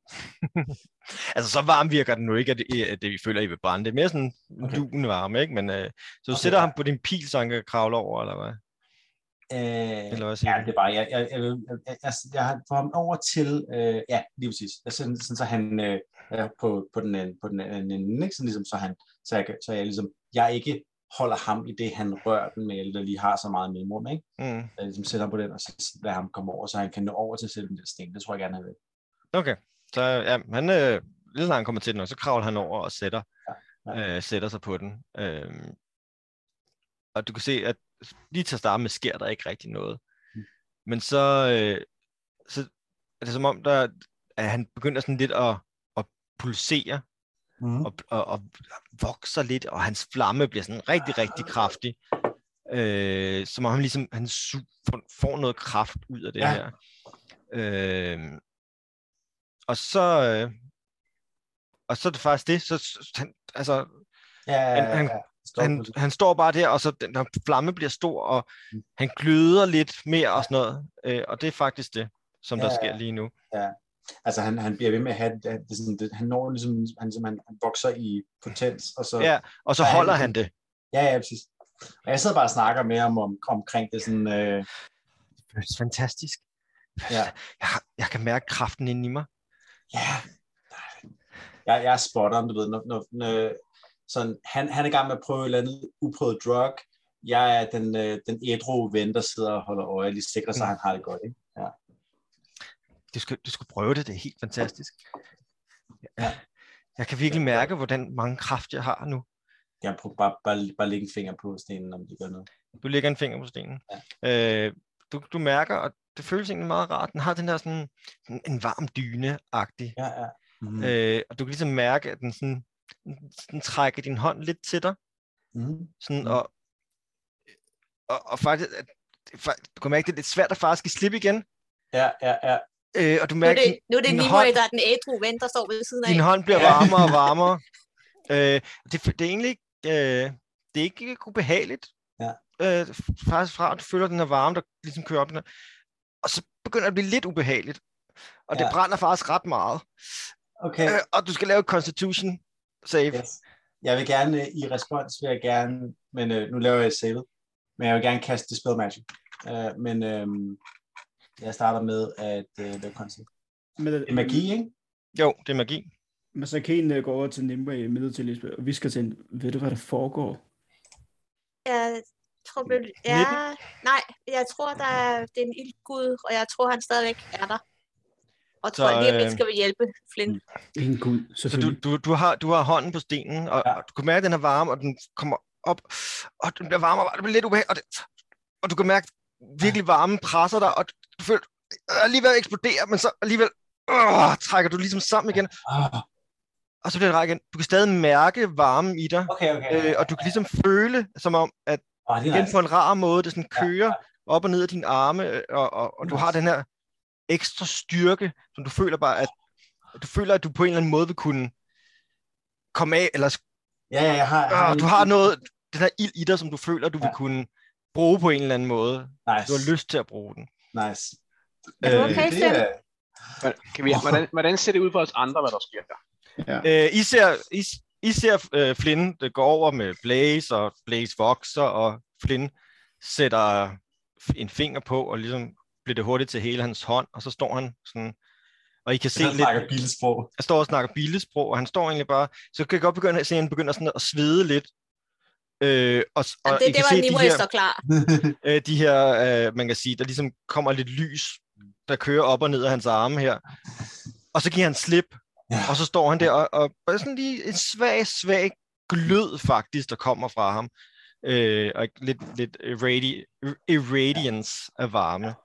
Altså, så varm virker den nu ikke, at det, at det vi føler, I vil brænde. Det er mere sådan Okay. lune varme, ikke? Men øh, så du Okay, sætter ja. ham på din pil, så han kan kravle over, eller hvad? Øh, Eller hvad siger ja, du? det er bare, jeg, jeg, jeg, jeg, jeg, jeg, jeg har fået ham over til, øh, ja, lige præcis, jeg sådan, sådan så han øh, er på, på den anden, på den anden ende, ikke? Sådan ligesom, så han, så jeg, kan- så jeg ligesom, jeg ikke holder ham i det, han rører den med, eller lige har så meget mellemrum, ikke? Mm. Jeg ligesom sætter ham på den, og så lader ham komme over, så han kan nå over til selv den der sten, det tror jeg gerne, han vil. Okay, så ja, han, øh, lige så han kommer til den, og så kravler han over og sætter, Ja. øh, sætter sig på den. Øhm, og du kan se, at lige til at starte med sker der ikke rigtig noget. Mm. Men så, øh, så er det som om, der, at han begynder sådan lidt at, at pulsere, Mm. og, og, og vokser lidt, og hans flamme bliver sådan rigtig, rigtig kraftig. Øh, som om han ligesom han su- får, får noget kraft ud af det Ja. her. Øh, og så øh, og så er det faktisk det, så så- han, altså, Ja, han, han, ja, stop han, nu. han står bare der, og så den der flamme bliver stor, og Mm. han gløder lidt mere og sådan noget. Øh, og det er faktisk det, som der Ja, sker lige nu. Altså, han, han bliver ved med at have det, det, sådan, det han når ligesom, han, ligesom, han, han vokser i potens, og så, Ja, og så Ja, han- holder han det. ja, ja, præcis. Og jeg sidder bare og snakker med ham om, omkring det sådan, øh, Det er fantastisk. Ja. Jeg, har- jeg kan mærke kraften inde i mig. ja, jeg, jeg er spotteren, du ved, når, når, når, sådan, han, han er i gang med at prøve et eller andet uprøvet drug, jeg er den, øh, den ædru ven, der sidder og holder øje, lige sikrer sig, at han har det godt, ikke? Ja. Du skal, du skal prøve det, det er helt fantastisk. Ja. Jeg kan virkelig mærke, hvordan mange kraft jeg har nu. Jeg prøver bare, bare, bare lægge en finger på stenen, om det gør noget. Du lægger en finger på stenen. Ja. Øh, du, du mærker, og det føles egentlig meget rart. Den har den her sådan en varm dyne-agtig. Ja, ja. Mm. Øh, og du kan ligesom mærke, at den sådan, den trækker din hånd lidt til dig. Mm. Sådan, Mm. og, og, og faktisk, at, du kan mærke, at det er lidt svært at faktisk give slip igen. Ja, ja, ja. Øh, og du Nu er mærker, det, nu er det din Nimue, hånd- der er den ædru ven, der står ved siden af. din hånd bliver Ja. varmere og varmere. øh, det, det er egentlig ikke, øh, det er ikke ubehageligt. Ja. Øh, faktisk fra, at du føler den her varme, der ligesom kører op den her. Og så begynder det at blive lidt ubehageligt. Og det Ja. brænder faktisk ret meget. Okay. Øh, og du skal lave et constitution save. Yes. Jeg vil gerne, øh, i respons vil jeg gerne, men øh, nu laver jeg et save, men jeg vil gerne kaste Dispel Magic. Uh, men øh, jeg starter med at øh, lave koncept. Med, Det er magi, ikke? Jo, det er magi. Masakene går over til Nimue midlertidigt og visker til hende, ved du, hvad der foregår? Jeg tror, blev... ja, nej, jeg tror, der er, det er en ildgud, og jeg tror, han stadigvæk er der. Og Så, tror, lige om øh, lidt skal vi hjælpe Flynn. En gud, Så du, selvfølgelig. du, du, har, du har hånden på stenen, og, Ja. og du kan mærke, at den er varm, og den kommer op, og den bliver varmere, og det bliver lidt ubehageligt, og, det, og du kan mærke, at virkelig varmen presser dig, og du føler, at alligevel eksploderer, men så alligevel øh, trækker du ligesom sammen igen, Ah, og så bliver det rar igen. Du kan stadig mærke varmen i dig, okay, okay. øh, og du kan ligesom føle, som om, at Oh, det er igen nice. på en rar måde, det sådan Ja, kører op og ned af dine arme, øh, og, og, og du har den her ekstra styrke, som du føler bare, at du føler, at du på en eller anden måde vil kunne komme af, eller Ja, ja, jeg har... jeg øh, en- du har noget, den her ild i dig, som du føler, du vil Ja. kunne bruge på en eller anden måde. Nice. Du har lyst til at bruge den. Nice. Er du Øh, okay, det Flynn? er... Hvordan- Kan vi, hvordan, hvordan ser det ud for os andre, hvad der sker der? Ja. Øh, I ser, I, I ser øh, Flynn det går over med Blaze, og Blaze vokser, og Flynn sætter en finger på, og ligesom bliver det hurtigt til hele hans hånd, og så står han sådan, og I kan se Jeg snakker lidt, bilsprog. han står og snakker billesprog, og han står egentlig bare, så kan jeg godt begynde at se, at han begynder sådan at svede lidt, øh, og, og Jamen, I det, kan det se var de Nimue, her, står klar. øh, de her, øh, man kan sige, der ligesom kommer lidt lys, der kører op og ned af hans arme her, og så giver han slip, Ja. og så står han der, og, og, og sådan lige en svag, svag glød faktisk, der kommer fra ham, øh, og lidt, lidt irradi- irradiance af varme.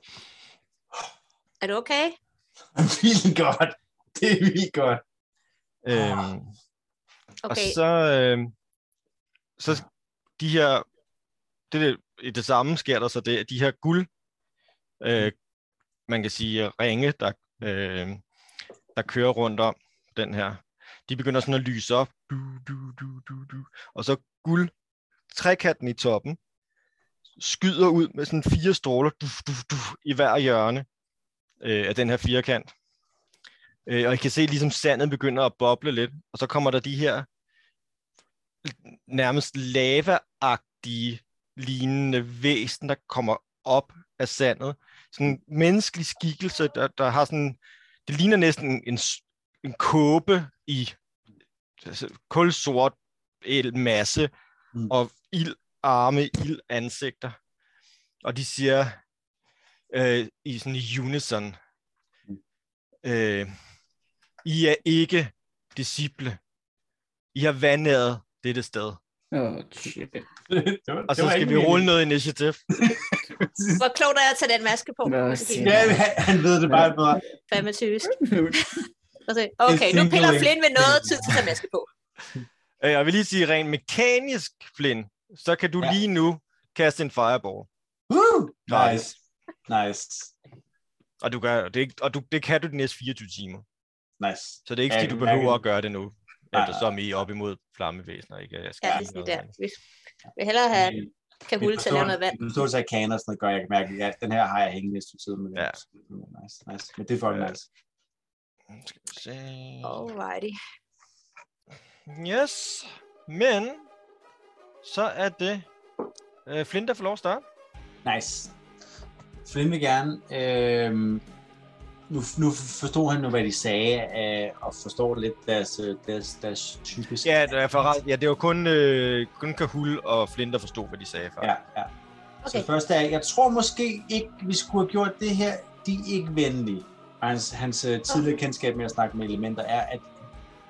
Er du okay? Vildt godt. Det er vildt godt. Øhm, Og Okay. så, øh, så de her, det, det, i det samme sker der så det, at de her guld, øh, man kan sige ringe, der, øh, der kører rundt om den her, de begynder sådan at lyse op, du, du, du, du, du. Og så guld, trekanten i toppen, skyder ud med sådan fire stråler du, du, du, i hver hjørne øh, af den her firkant. Øh, og I kan se, ligesom sandet begynder at boble lidt, og så kommer der de her nærmest lava-agtige lignende væsen, der kommer op af sandet. Sådan en menneskelig skikkelse, der, der har sådan, det ligner næsten en, en kåbe i altså, kulsort masse, Mm. og ildarme, ildansigter. Og de siger øh, i sådan en unison, øh, I er ikke disciple. I har vandret dette sted. Åh, oh, shit. Det var, Og det så var skal ikke vi rulle meningen. noget initiativ. Hvor klogt er jeg at tage den maske på? Nå, Det er Ja, han, han ved det bare bedre. fandme typisk. Prøv at se. Okay, nu piller Flynn ved noget tid til at tage maske på. Øh, Jeg vil lige sige, rent mekanisk, Flynn, så kan du Ja. lige nu kaste en fireball. Woo! Gratis. Nice. Nice. Og, du gør, det, og du, det kan du de næste fireogtyve timer. Nice. Så det er ikke, Ja, fordi du jeg behøver mærker at gøre det nu. nej, Eftersom I er op imod flammevæsener. Ikke? Jeg skal Ja, det er det der. Vi vil hellere have kan hulle til at lave noget vand. Min forståelse af kaner og sådan noget gør, jeg kan mærke, at ja, den her har jeg hængende et stykke tid med. Ja. Nice, nice. Men det er fucking Ja. nice. Skal vi se. Alrighty. Yes. Men så er det øh, Flynn, der får lov at starte. Nice. Flynn vil gerne... Øh, nu, nu forstod han nu, hvad de sagde, øh, og forstår lidt deres, øh, deres, deres typiske... Ja, det er for ret. Ja, det var kun, øh, kun Kahul og Flynn, der forstod, hvad de sagde før. ja, ja. Okay. Så først er, jeg tror måske ikke, vi skulle have gjort det her. De er ikke venlige. Og hans, hans uh, tidligere kendskab med at snakke med elementer er, at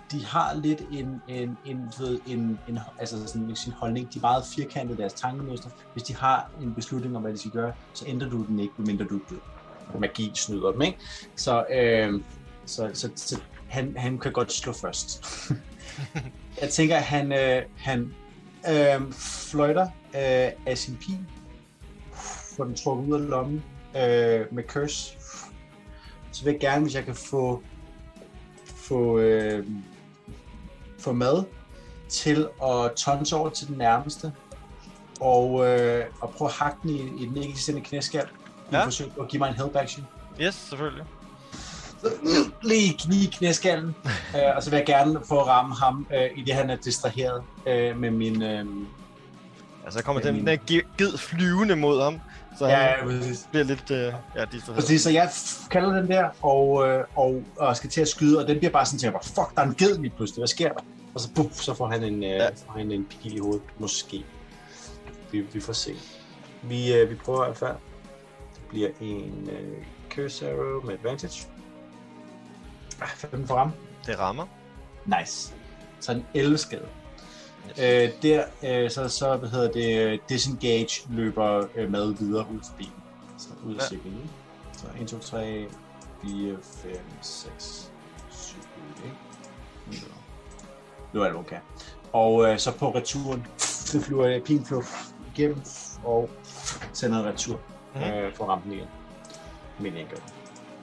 de har lidt en, en, en, ved, en, en altså sådan sin holdning. De er meget firkantede deres tankemønster. Hvis de har en beslutning om, hvad de skal gøre, så ændrer du den ikke, medmindre du død. Magi snyder dem, ikke? Så, øh, så, så, så han, han kan godt slå først. Jeg tænker, at han, øh, han øh, fløjter øh, af sin pil, får den trukket ud af lommen øh, med curse. Så vil jeg gerne, hvis jeg kan få få, øh, få mad til at tonse over til den nærmeste, og, øh, og prøve at hakke den i, i den ikke-eksisterende knæskal. Ja. Forsøg at give mig en help action. Yes, selvfølgelig. Så, lige kni i knæskallen, øh, og så vil jeg gerne få at ramme ham, øh, i det han er distraheret øh, med min... Øh, altså, kommer den min... der ged flyvende mod ham, så ja, han ja, bliver lidt øh, ja, distraheret. Præcis, så jeg kalder den der, og, øh, og, og skal til at skyde, og den bliver bare sådan til at, fuck, der er en ged lige pludselig, hvad sker der? Og så, puff, så får han en, øh, ja. får han en pil i hovedet, måske. Vi, vi får se. Vi, øh, vi prøver i hvert fald. Det bliver en øh, curse arrow med advantage. Ah, femten for ramme. Det rammer. Nice. Så en elleve skade. Yes. Øh, der, øh, så, så hvad hedder det, disengage løber øh, med videre ud forbi. Så ud af ja. Cirklen. Så en, to, tre, fire, fem, seks, syv, otte. Nu er det okay. Og øh, så på returen, så flyver pilen flyver igennem og sender en retur mm-hmm. øh, for rampen igen. Men jeg gør det.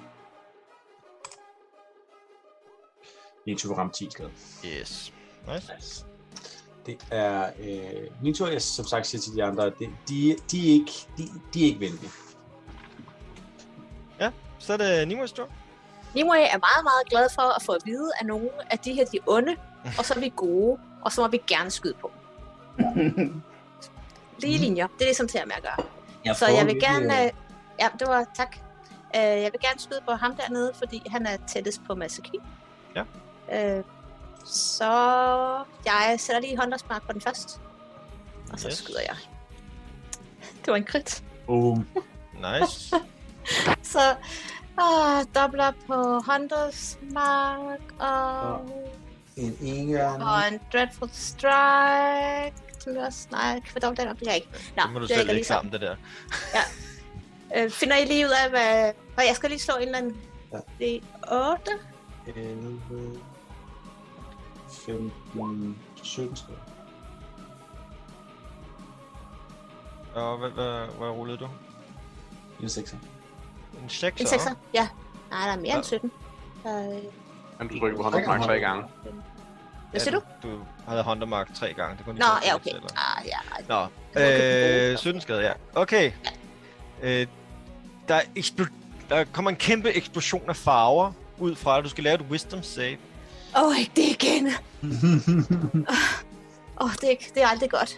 En tur ramme ti skade. Yes. Nice. nice. Det er øh, min tur, jeg som sagt siger til de andre, de, de, de, er, ikke, de, de er ikke venlige. Ja, så er det Nimue's tur. Nimue er meget, meget glad for at få at vide, at nogle af de her de er onde, og så er vi gode, og så må vi gerne skyde på. Lige linjer, det er det, som til at med at gøre. Jeg så jeg vil gerne... Øh, ja, det var tak. Uh, jeg vil gerne skyde på ham dernede, fordi han er tættest på Masaki. Ja. Uh, så jeg sætter lige håndelsmark på den først. Og så yes. skyder jeg. Det var en crit. Boom. Nice. Så uh, dobler på håndelsmark og... En engang. Og en Dreadful Strike. Som jeg også... Nej, hvad dobbelt den op? Det er ikke. Nå, det må du selv lægge sammen, det der. Ja. Øh, finder I lige ud af, hvad... Og jeg skal lige slå en eller anden... Ja. Det er otte. elleve, femten, sytten skade. Og hvad, hvad, hvad rullede du? En sekser. En sekser? En sekser, ja. Nej, der er mere ja. end sytten. Så... Men du trykker på håndmark tre gange. Hvad siger du? Du havde håndmark tre gange. Det kunne Nå, ja, okay. Ah, ja. Nå, øh, sytten skade, ja. Okay. Ja. Øh, der, ekspl- der kommer en kæmpe eksplosion af farver ud fra dig. Du skal lave et wisdom save. Åh, oh, ikke det igen. Åh, oh, det, er, det er aldrig godt.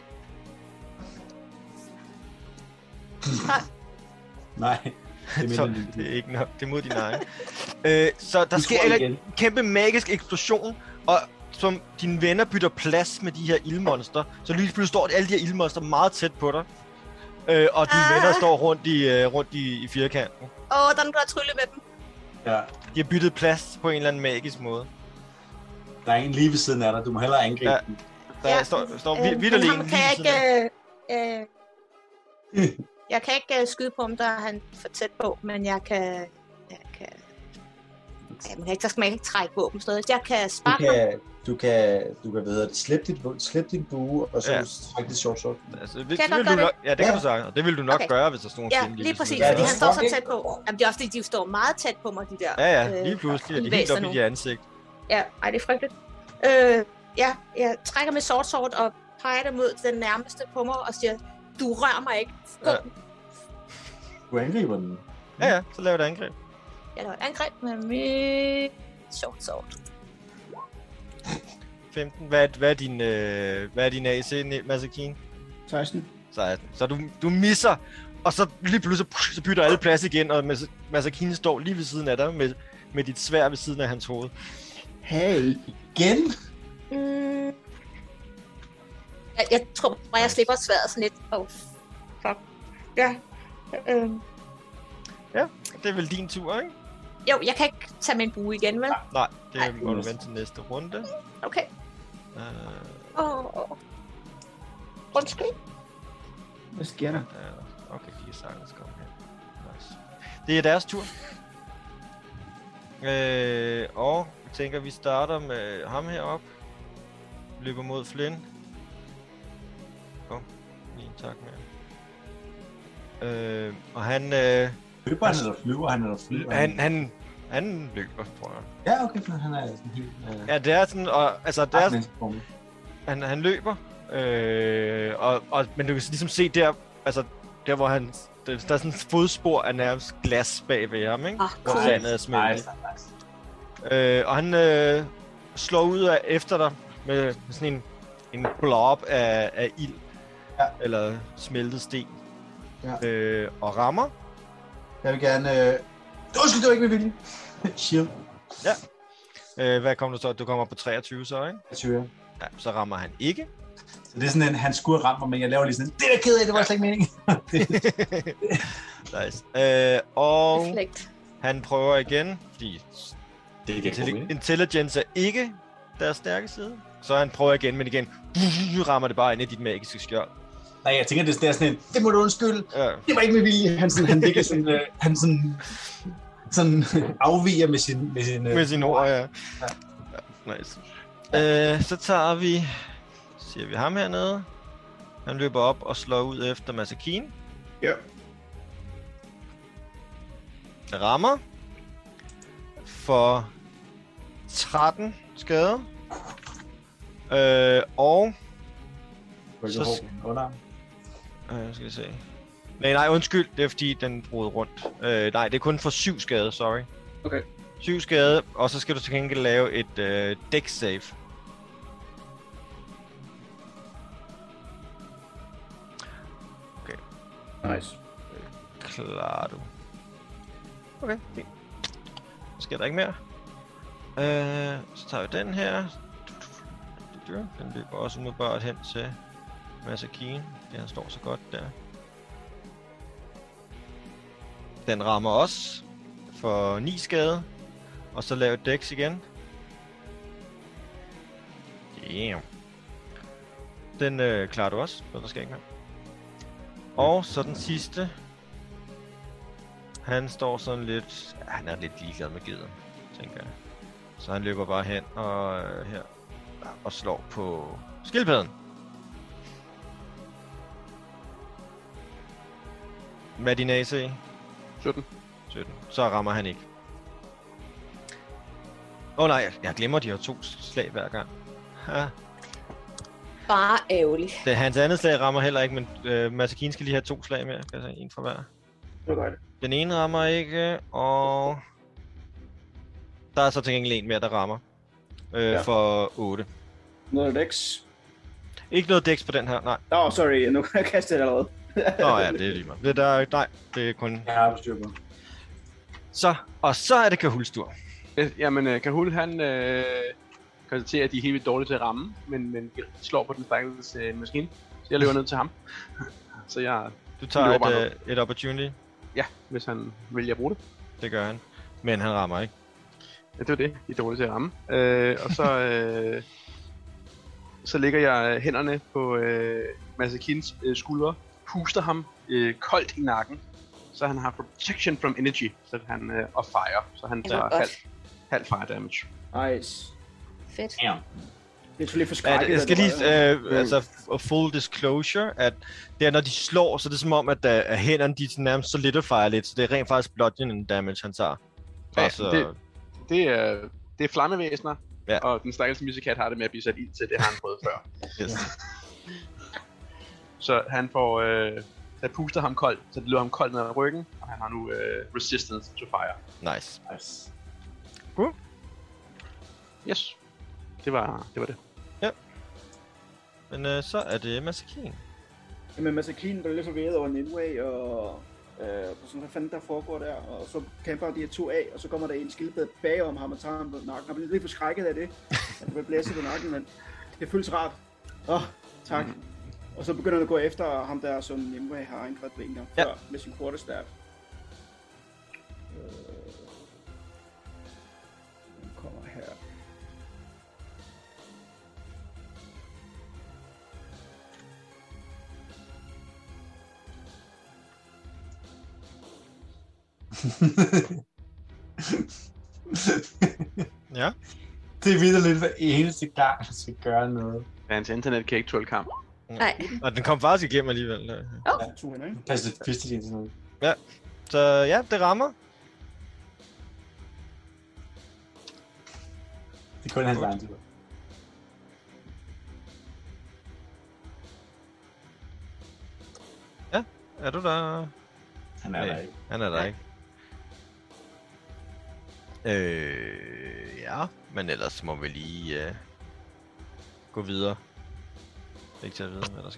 Nej. Nej. Det, så, det er ikke nok. Det er mod din egen. øh, så der sker en kæmpe magisk eksplosion, og som dine venner bytter plads med de her ildmonster, så lige pludselig står alle de her ildmonster meget tæt på dig. Øh, og dine ah. venner står rundt i, uh, rundt i, i firkanten. Åh, oh, der er nogen, der har tryllet med dem. Ja. De har byttet plads på en eller anden magisk måde. Der er en lige ved siden af dig. Du må hellere angribe ja. den. Der ja. står, står øh, vitterlig en lige ved siden af. Øh, øh, jeg kan ikke uh, skyde på ham, der er han for tæt på, men jeg kan... Jeg kan... Ja, man kan ikke, så skal man ikke trække våben stadig. Jeg kan sparke du kan, du kan, du kan, hvad hedder det, slippe dit, slip din bue, og så ja. trække dit short sword. Altså, hvis, kan vil du nok, ja, det ja. kan du sige, og det vil du nok okay. gøre, hvis der står en ja, fjende. Ja, lige præcis, fordi han står så tæt på. Jamen, det er også fordi, de står meget tæt på mig, de der Ja, ja, lige pludselig øh, er de helt op i dit ansigt. Ja, ej, det er frygteligt. Øh, ja, jeg trækker med sword sword og peger det mod den nærmeste på mig og siger, du rører mig ikke. Gå. Ja. Du angriber den. Ja, ja, så laver du et angreb. Jeg laver et angreb med mit short sword. femten. Hvad er, hvad er din, øh, hvad er din A C, Masakine? seksten. seksten. Så du, du misser, og så lige pludselig så bytter alle plads igen, og Masakine står lige ved siden af dig med, med dit sværd ved siden af hans hoved. Hey, igen? Mm. Jeg, jeg tror bare, jeg slipper sværdet sådan lidt. Oh, fuck. Ja. Øh. Ja, det er vel din tur, ikke? Jo, jeg kan ikke tage min bue igen, vel? Nej, det Nej. må du vente til næste runde. Okay. Uh, Åh. Oh. Undskyld. Hvad sker der? uh, okay, de er sagtens kommet her. Nice. Det er deres tur. Øh, og jeg tænker, vi starter med ham heroppe. Løber mod Flynn. Kom, lige en tak med. Øh, og han... Øh, Løber han, eller flyver han, eller flyver han, han, han løber, tror jeg. Ja, okay, men han er sådan helt... Øh, Ja, det er sådan, og, altså, det er sådan, sådan... han, han løber, øh, og, og, men du kan ligesom se der, altså, der hvor han, der, der er sådan et fodspor af nærmest glas bag ved ham, ikke? Ah, Hvor cool. sandet er smeltet. Nice, nice. Øh, og han øh, slår ud af efter dig med sådan en, en blob af, af ild, Ja. eller smeltet sten, Ja. øh, og rammer. Jeg vil gerne... Øh... Undskyld, det var ikke med vilje. Shield. Øh, hvad kommer du så? Du kommer på treogtyve så, ikke? Jeg tyrer. Ja, så rammer han ikke. Så det er sådan en, han skulle have ramt mig, men jeg laver lige sådan en, det er ked af, det var slet ikke meningen. Nice. Øh, og Perfekt. han prøver igen, fordi Det er intelli- intelligence er ikke deres stærke side. Så han prøver igen, men igen rammer det bare ind i dit magiske skjold. Nej, jeg tænker, det er sådan en, det må du undskylde. Ja. Det var ikke med vilje. Han, sådan, han ligger sådan, øh, han sådan, sådan afviger med sin... Med sin, øh, Med sine ord, ja. ja. Nice. Øh, så tager vi, siger vi ham hernede. Han løber op og slår ud efter Masakine. Ja. Rammer. For tretten skade. Øh, og... så- Underarm. Øh, skal vi se. Nej, nej, undskyld. Det er fordi, den brød rundt. Øh, nej, det er kun for syv skade, sorry. Okay. syv skade, og så skal du til gengæld lave et øh, dex save. Nice. Klarer du. Okay, fint. Så sker der ikke mere. Øh, så tager vi den her. Den løber også umiddelbart hen til Masakine, fordi han står så godt der. Den rammer også for ni skade. Og så lave dex igen. Yeah. Den øh, klarer du også, så der skal ikke mere. Og så den sidste. Han står sådan lidt... Ja, han er lidt ligeglad med geden, tænker jeg. Så han løber bare hen og øh, her og slår på skildpadden. Hvad din A C? sytten. sytten. Så rammer han ikke. Åh oh, nej, jeg glemmer de her to slag hver gang. Ha. Bare ærgerligt. Det, hans andet slag rammer heller ikke, men øh, Masakine skal lige have to slag mere. Kan jeg sige, en for hver. Det er godt. Den ene rammer ikke, og... Der er så til gengæld en mere, der rammer. Øh, ja. For otte. Noget Dex. Ikke noget dex på den her, nej. Åh, oh, sorry. Nu kan jeg kaste det allerede. Nå ja, det er lige meget. Det der, nej, det er kun... Jeg har styr på. Så, og så er det Kahuls tur. Øh, Jamen, uh, Kahul, han øh, konstaterer, at de er helt vildt dårlige til at ramme, men, men de slår på den stakkels øh, maskine. Så jeg løber ned til ham. Så jeg... Du tager løber bare et, øh, et opportunity. Ja, hvis han vælger at bruge det. Det gør han. Men han rammer ikke. Ja, det var det. De er dårlige til at ramme. Øh, og så... Øh, så lægger jeg hænderne på øh, Masakins øh, skuldre, puster ham øh, koldt i nakken, så han har protection from energy, så han øh, og fire, så han Det var tager godt. halv, halv fire damage. Nice. Fedt. Ja. Det er selvfølgelig for Ja, skrækket. jeg skal lige, øh, Mm. altså f- full disclosure, at det er, når de slår, så det er som om, at, uh, at hænderne de sådan nærmest solidifier lidt, så det er rent faktisk bludgeoning damage, han tager. Ja, Altså, det, det, er, det er flammevæsener, Ja. og den stakkels musikat har det med at blive sat ild til, det har han prøvet før. yes. Så han får, øh, der puster ham koldt, så det løber ham koldt ned ad ryggen, og han har nu øh, resistance to fire. Nice. Nice. Yes, det var det. Var det. Men øh, så er det Masakine. Jamen, Masakine, der er lidt forvirret over Nimue, og øh, på sådan, hvad fanden der foregår der, og så kæmper de her to af, og så kommer der en skildpadde bagom ham og tager ham på nakken. Jeg bliver lidt forskrækket af det, at det bliver blæset på nakken, men det føles rart. Åh, oh, tak. Mm. Og så begynder han at gå efter ham der, som Nimue har angrebet en gang Ja. før med sin quarterstaff. Øh, Ja. Det er vildt lidt hver eneste gang, at skal gøre noget. Hans internet kan ikke tåle kamp. Nej. Og den kom faktisk igennem alligevel. Ja, to hænder, ikke? Pacifistisk internet. Så ja, det rammer. Det er kun hans egen tur. Ja, er du der? Han er Nej. der ikke. Han er der Nej. ikke. Øh, ja, men ellers må vi lige øh, gå videre. Ikke til at vide, hvad der sker.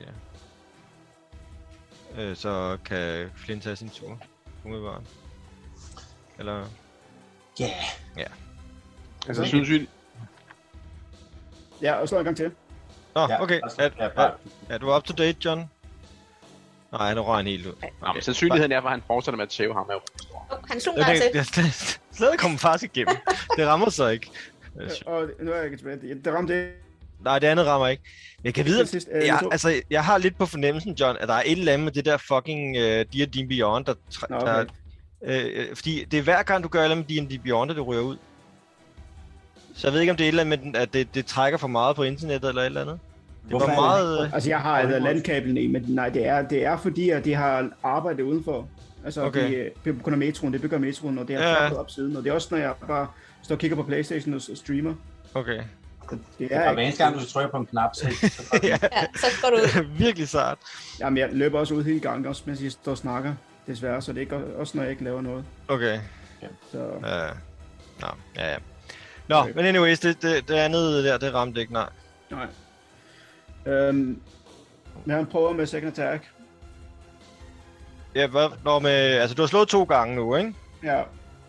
Øh, så kan Flint tage sin tur. Umiddelbart. Eller... Ja. Ja. Altså, synes vi... Ja, og slå en gang til. Nå, Ja, okay. altså, Er, ja, er, bare- er du up to date, John? Nej, nu røg han helt ud. Nå, men sandsynligheden er, at han fortsætter med at tæve ham af. Oh, han slog Jeg mig tænkte, altså. jeg slet, slet kommer faktisk igennem. Det rammer så ikke. Øh, Og nu er jeg ikke tilbage. Det- Det ramte det. Nej, det andet rammer ikke. Jeg kan vide, Til sidst, øh, jeg, Nato. altså, jeg har lidt på fornemmelsen, John, at der er et eller andet med det der fucking uh, D and D Beyond, der... Tra- Nå, okay. der øh, fordi det er hver gang, du gør et eller andet med D and D Beyond, at det ryger ud. Så jeg ved ikke, om det er et eller andet med, den- at det, det trækker for meget på internettet eller et eller andet. Det Hvorfor var er det meget... ikke? Altså, jeg har altså landkablen i, men nej, det er, det er fordi, at de har arbejdet udenfor. Altså, Okay. okay. de, på grund af metroen, det bygger metroen, og det har Ja, ja. ja. op siden. Og det er også, når jeg bare står og kigger på PlayStation og s- streamer. Okay. Så det Det er er hver ikke... eneste gang, du trykker på en knap, så, så går det. Ja, Ja, så går du ud. virkelig sart. Jamen, jeg løber også ud hele gangen, også mens jeg står og snakker. Desværre, så det er ikke også, når jeg ikke laver noget. Okay. Så Uh, nå, ja, ja. Nå, Okay. men anyways, det, det, det andet der, det ramte ikke, nej. nej. Øhm, men han prøver med second attack. Ja, hvad, når med, altså du har slået to gange nu, ikke? Ja.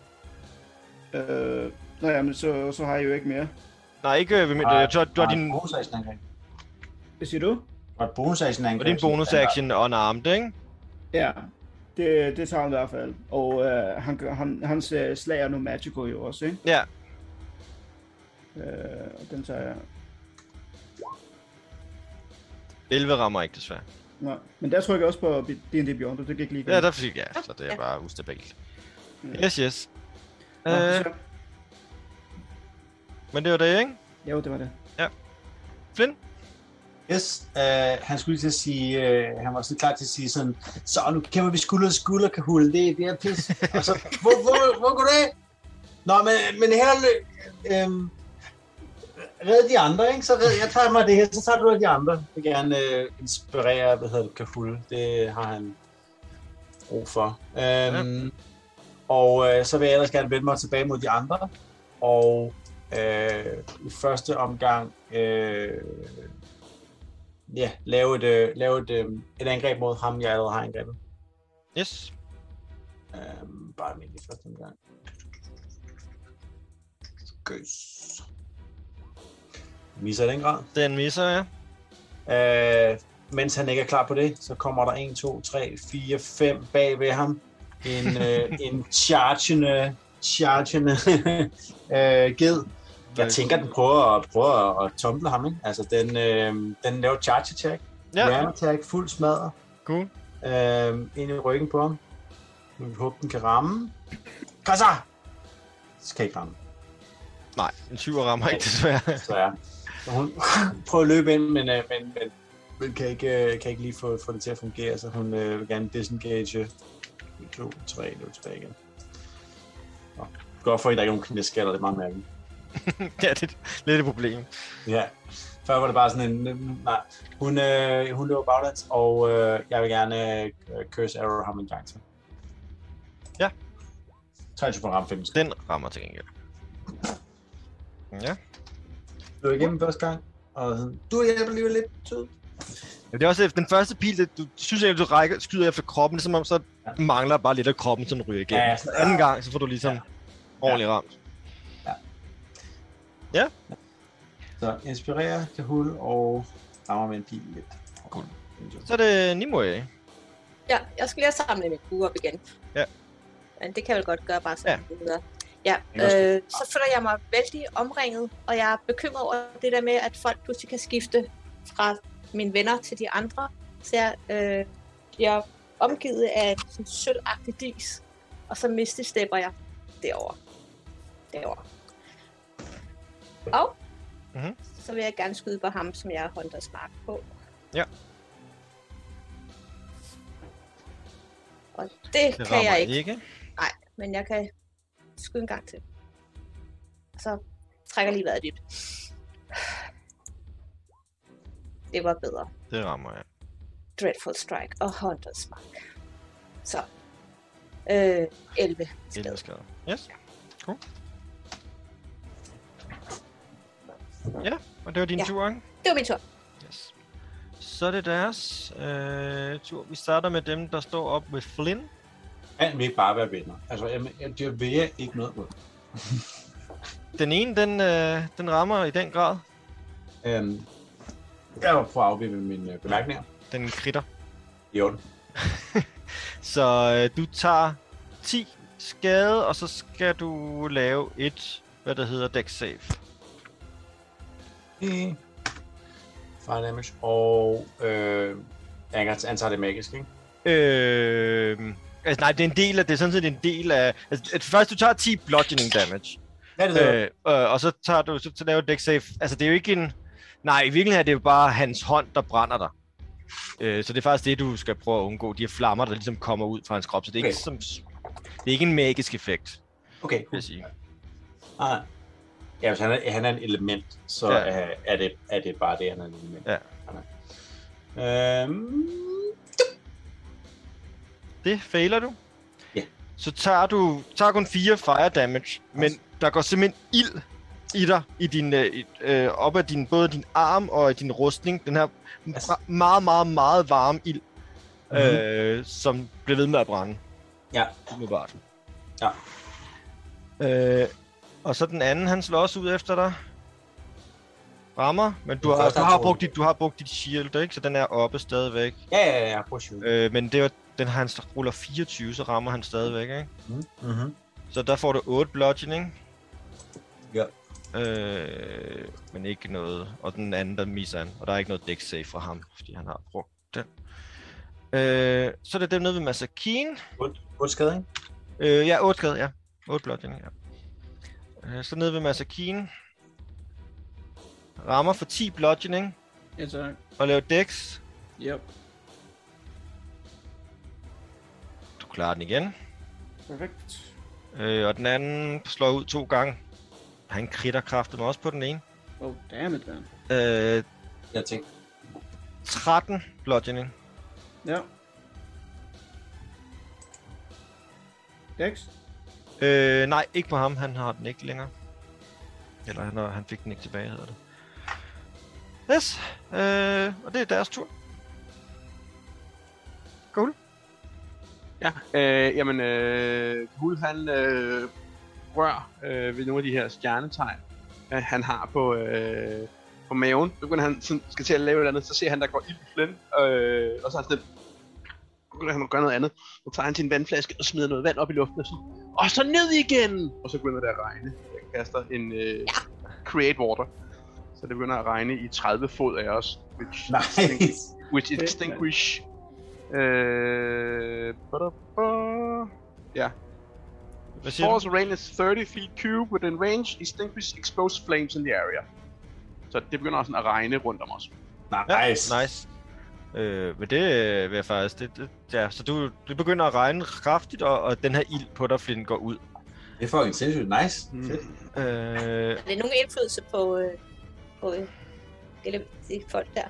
Øh, nå ja, men så, så har jeg jo ikke mere. Nej, ikke, øh, jeg tror, du har din, bonusaction-angreb. Hvad siger du? Du har et bonusaction-angreb. og din bonus action unarmed, ikke? Ja, det, det tager han i hvert fald. Og øh, han, gør- han, hans øh, slag er nu magical jo også, ikke? Ja, Øh, og den tager jeg. elleve rammer ikke desværre. Nej, men der trykker jeg også på D and D Beyond, og det gik lige Ja, der fik jeg, så det er Ja. bare ustabilt. Ja. Yes, yes. Nå, Øh, så- men det var det, ikke? Jo, det var det. Flynn? Yes, øh, han skulle lige til at sige, øh, han var så klar til at sige sådan, så nu kæmper vi skulder til skulder, Kahul, det, det er pis. Og så, hvor, hvor, hvor går det af? Nå, men, men her, øh, red de andre, ikke? Så red, jeg tager mig det her, så tager du de andre. Jeg vil gerne øh, inspirere, hvad hedder det, Kahul. Det har han brug for. Øhm, ja. Og øh, så vil jeg ellers gerne vende mig tilbage mod de andre. Og øh, i første omgang øh, ja, lave et, øh, lave et, øh, et angreb mod ham, jeg allerede har angrebet. Yes. Øhm, bare min i første omgang. Gøs. Misser i den grad. Den misser, ja. Øh, mens han ikke er klar på det, så kommer der en, to, tre, fire, fem bag ved ham. En, øh, en chargende, chargende øh, ged. Jeg tænker, den prøver at, prøver at tumble ham, ikke? Altså, den, øh, den laver charge attack. Ja, Ram attack, fuld smadret. cool. Øh, ind i ryggen på ham. Nu vil vi håbe, den kan ramme. Kassa! Så kan ikke ramme. Nej, en syver rammer ikke desværre. Så ja. Så hun prøver at løbe ind, men, øh, men, men, men kan, ikke, øh, kan ikke lige få, få det til at fungere, så hun øh, vil gerne disengage. to, tre, nu tilbage igen. Nå, godt for, at der ikke er nogen knæskaller, det er meget mærkeligt. Ja, det er lidt et problem. Ja, før var det bare sådan en, nej, hun, øh, hun løber baglæns, og øh, jeg vil gerne øh, curse arrow ham en gang til. Ja. treogtyve for at ramme femten. Den rammer til gengæld. Ja. Løb igennem første gang, og sådan, du hjælper lige lidt tid. Ja, det er også den første pil, det, du synes at du rækker, skyder efter kroppen, det er som om så Ja. mangler bare lidt af kroppen, så den ryger igennem. Ja, Ja, så- anden gang, så får du ligesom Ja. ordentligt ramt. Så inspirerer Kahul og rammer med en pil lidt. Cool. Så er det Nimue. Ja, jeg skal lige have samlet min bue op igen. Ja. Men det kan jeg vel godt gøre bare sådan Ja. videre. Ja, øh, så føler jeg mig vældig omringet, og jeg er bekymret over det der med, at folk pludselig kan skifte fra mine venner til de andre. Så jeg øh, bliver omgivet af sådan sølvagtig dis. og så misty stepper jeg derover. Derover. Og Mhm. så vil jeg gerne skyde på ham, som jeg har Hunters Mark på. Ja. Og det, Det kan rammer jeg ikke. ikke. Nej, men jeg kan skyde en gang til. Så trækker lige vejret dybt. Det var bedre. Det rammer jeg. Dreadful Strike og Hunters Mark. Så. Øh, elleve skade. elleve skader. Yes. Cool. Ja, og det var din Ja. tur, ikke? Det var min tur. Yes. Så er det deres øh, tur. Vi starter med dem, der står op ved Flynn. Han vil ikke bare være venner. Altså, jeg, jeg, jeg vil jeg ikke noget mod. Den ene, den, øh, den rammer i den grad. Um, jeg var på at afvive mine øh, bemærkninger. Den kritter. I orden. Så øh, du tager ti skade, og så skal du lave et, hvad der hedder, dex save. Fire damage. Og øh, jeg antager det magisk, ikke? Øh, altså nej, det er en del af, det er sådan set en del af, altså at først du tager ti bludgeoning damage. Ja, det er det. Øh, øh, og så tager du, så, så laver du dex save. Altså det er jo ikke en, nej i virkeligheden er det jo bare hans hånd, der brænder dig. Øh, så det er faktisk det, du skal prøve at undgå, de her flammer, der ligesom kommer ud fra hans krop, så det er, Okay. ikke, som, det er ikke en magisk effekt, Okay, vil cool. jeg sige. Ah. Ja, hvis han er, han er en element, så Ja. er, er, det, er det bare det, han er en element. Ja. Øhm, Det failer du. Ja. Så tager du tager kun fire fire damage, men der går simpelthen ild i dig, i din, øh, i- øh, op af din, både din arm og i din rustning. Den her Altså. bra- meget, meget, meget varme ild, Mhm. øh, som bliver ved med at brænde. ja, Umiddelbart. Ja. Øh, og så den anden, han slår også ud efter dig. Rammer, men du Den har, første du har har, trukket. brugt dit, du har brugt dit shield, ikke? Så den er oppe stadigvæk. ja, ja, ja, prøv at shoot. Øh, men det var, den han ruller fireogtyve, så rammer han stadigvæk, ikke? Mm-hmm. Så der får du otte bludgeoning. Ja. Øh, men ikke noget. Og den anden, der misser han. Og der er ikke noget dex save fra ham, fordi han har brugt den. Øh, så er det dem nede ved Masakine. otte skade, ikke? Øh, ja, otte skade, ja. otte bludgeoning, ja. Øh, så nede ved Masakine. Rammer for ti bludgeoning. Ja, tak. Og laver dex. Yep. Du klarer den igen. Perfekt. Øh, og den anden slår ud to gange. Han kritter kraften også på den ene. Oh, damn it, man. Øh, Jeg tænkte. tretten bludgeoning. Ja. Dex? Øh, nej, ikke på ham. Han har den ikke længere. Eller han, har, han fik den ikke tilbage, hedder det. Yes. Øh, og det er deres tur. Cool. Ja, øh, jamen, øh, Hul han øh, rør øh, ved nogle af de her stjernetegn, øh, han har på, øh, på maven. Så begynder han sådan, skal til at lave et eller andet, så ser han, der går ild i Flynn, øh, og så er han sådan, begynder han at gøre noget andet. Så tager han sin vandflaske og smider noget vand op i luften og så, og så ned igen! Og så begynder det at regne. Jeg kaster en øh, create water. Så det begynder at regne i tredive fod af os, which, Nice. which Fedt, extinguish. Øh, ba-da-ba. Ja. Hvad siger du? Force range is thirty feet cube within range. Extinguish explosive flames in the area. Så det begynder sådan at regne rundt om os. Nice. Ja, nice. Øh, men det øh, vil jeg faktisk... Det, det, ja, så du, det begynder at regne kraftigt, og, og den her ild på dig, Flynn, går ud. Det er fucking sindssygt. Nice. Mm. Fedt. Øh, Er det nogen indflydelse på, øh, på øh, ele- de folk der?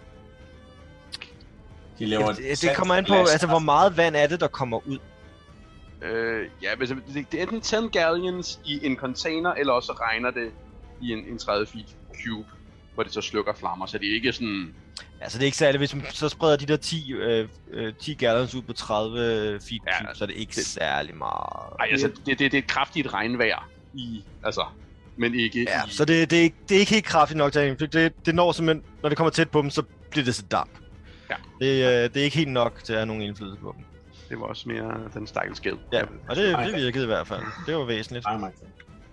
De laver det, det kommer an på, altså hvor meget vand er det, der kommer ud. Øh, ja, hvis det, det er enten ten galleons i en container, eller også regner det i en, en tredive feet cube, hvor det så slukker flammer, så det er ikke sådan... Altså det er ikke særligt, hvis man så spreder de der ti, øh, øh, ti gallons ud på tredive feet Ja, cube, så er det ikke det- særlig meget. Ej, altså, det, det, det er et kraftigt regnvejr i, altså, men ikke Ja, i... så det, det, er ikke, det er ikke helt kraftigt nok til at det, det når simpelthen, når det kommer tæt på dem, så bliver det så damp. Ja. Det, øh, det er ikke helt nok til at have nogen indflydelse på dem. Det var også mere den stakkels gæld. Ja, og det, det virkede i hvert fald. Det var væsentligt. Mange, mange.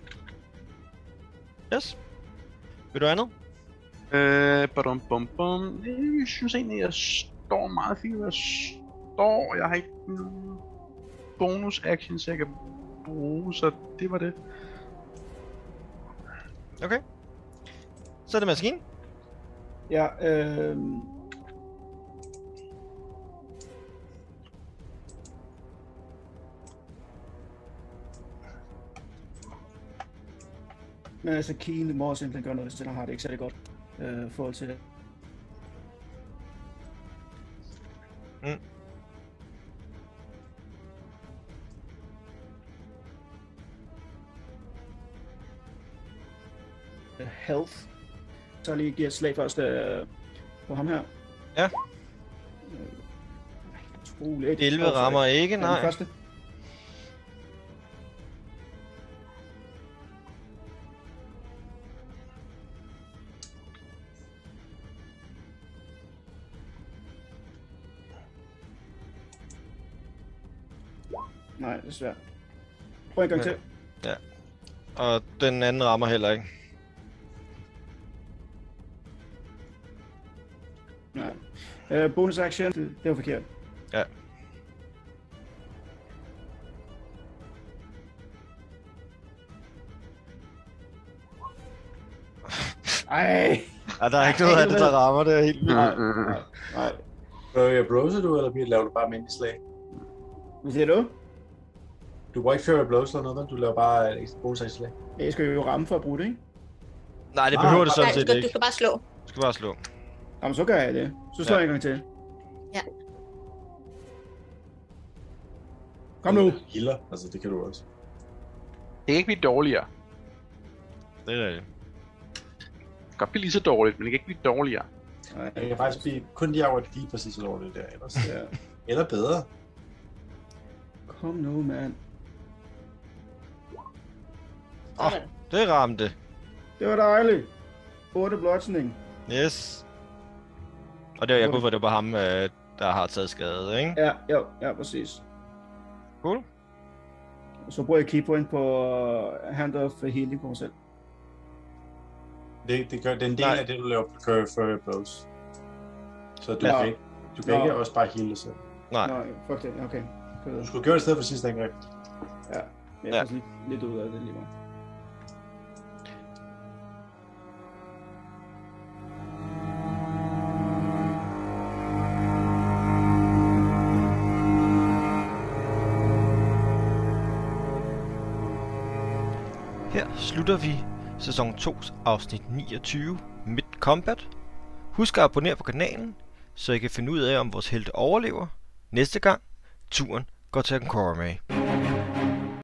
Yes. Vil du andet? Øh, badum, bum, bum. Jeg synes egentlig, jeg står meget fint, hvor jeg står. Jeg har ikke nogen bonus action, så jeg kan bruge, så det var det. Okay. Så er det maskinen. Ja, øh... Men altså, Keen må simpelthen gøre noget, hvis den har det ikke særlig godt øh, forhold til det. Mm. Health. Så lige giver et slag først øh, på ham her. Ja. Øh, utroligt. elleve rammer ikke, Ja, den nej. første. Nej, det er svært. Prøv en gang Ja. til. Ja. Og den anden rammer heller ikke. Nej. Øh, bonus action, det, det var forkert. Ja. Ej! Ja, der er ikke noget af det, der rammer. Det er helt vildt. Nej, nej, nej. Prøver jeg browser du, eller laver du bare almindelig slag? Hvad siger du? Du må ikke føre blows eller noget, vel? Du laver bare et ekstra bonus slag. Jeg skal jo ramme for at bruge det, ikke? Nej, det Ah, behøver det sådan Nej, du set skal, du ikke. skal bare slå. Du skal bare slå. Jamen, så gør jeg det. Så slår Ja. jeg en gang til. Ja. Kom nu. Healer, altså det kan du også. Det kan ikke blive dårligere. Det er det. Det kan godt blive lige så dårligt, men det kan ikke blive dårligere. Nej, Det kan faktisk blive kun lige over lige præcis så dårligt der, ellers. ja. Eller bedre. Kom nu, mand. Åh, det ramte. Det var dejligt. otte bludgeoning. Yes. Og det er jeg god for, at det var ham, øh, der har taget skade, ikke? Ja, ja, ja, præcis. Cool. Og så bruger jeg key point på uh, Hand of Healing på mig selv. Det, det, gør, det er en del Nej. af det, du laver på Curve for blows. Så du Ja. kan ikke, du kan Nå. ikke også bare heal dig selv. Nej. Nej, fuck det. Okay. Du skulle gøre det i stedet for sidste angreb. Ja, jeg er Ja. ja. lidt, lidt ud af det lige nu. Her slutter vi sæson to's afsnit niogtyve, Mid Combat. Husk at abonnere på kanalen, så I kan finde ud af, om vores helte overlever. Næste gang, turen går til Ankara med.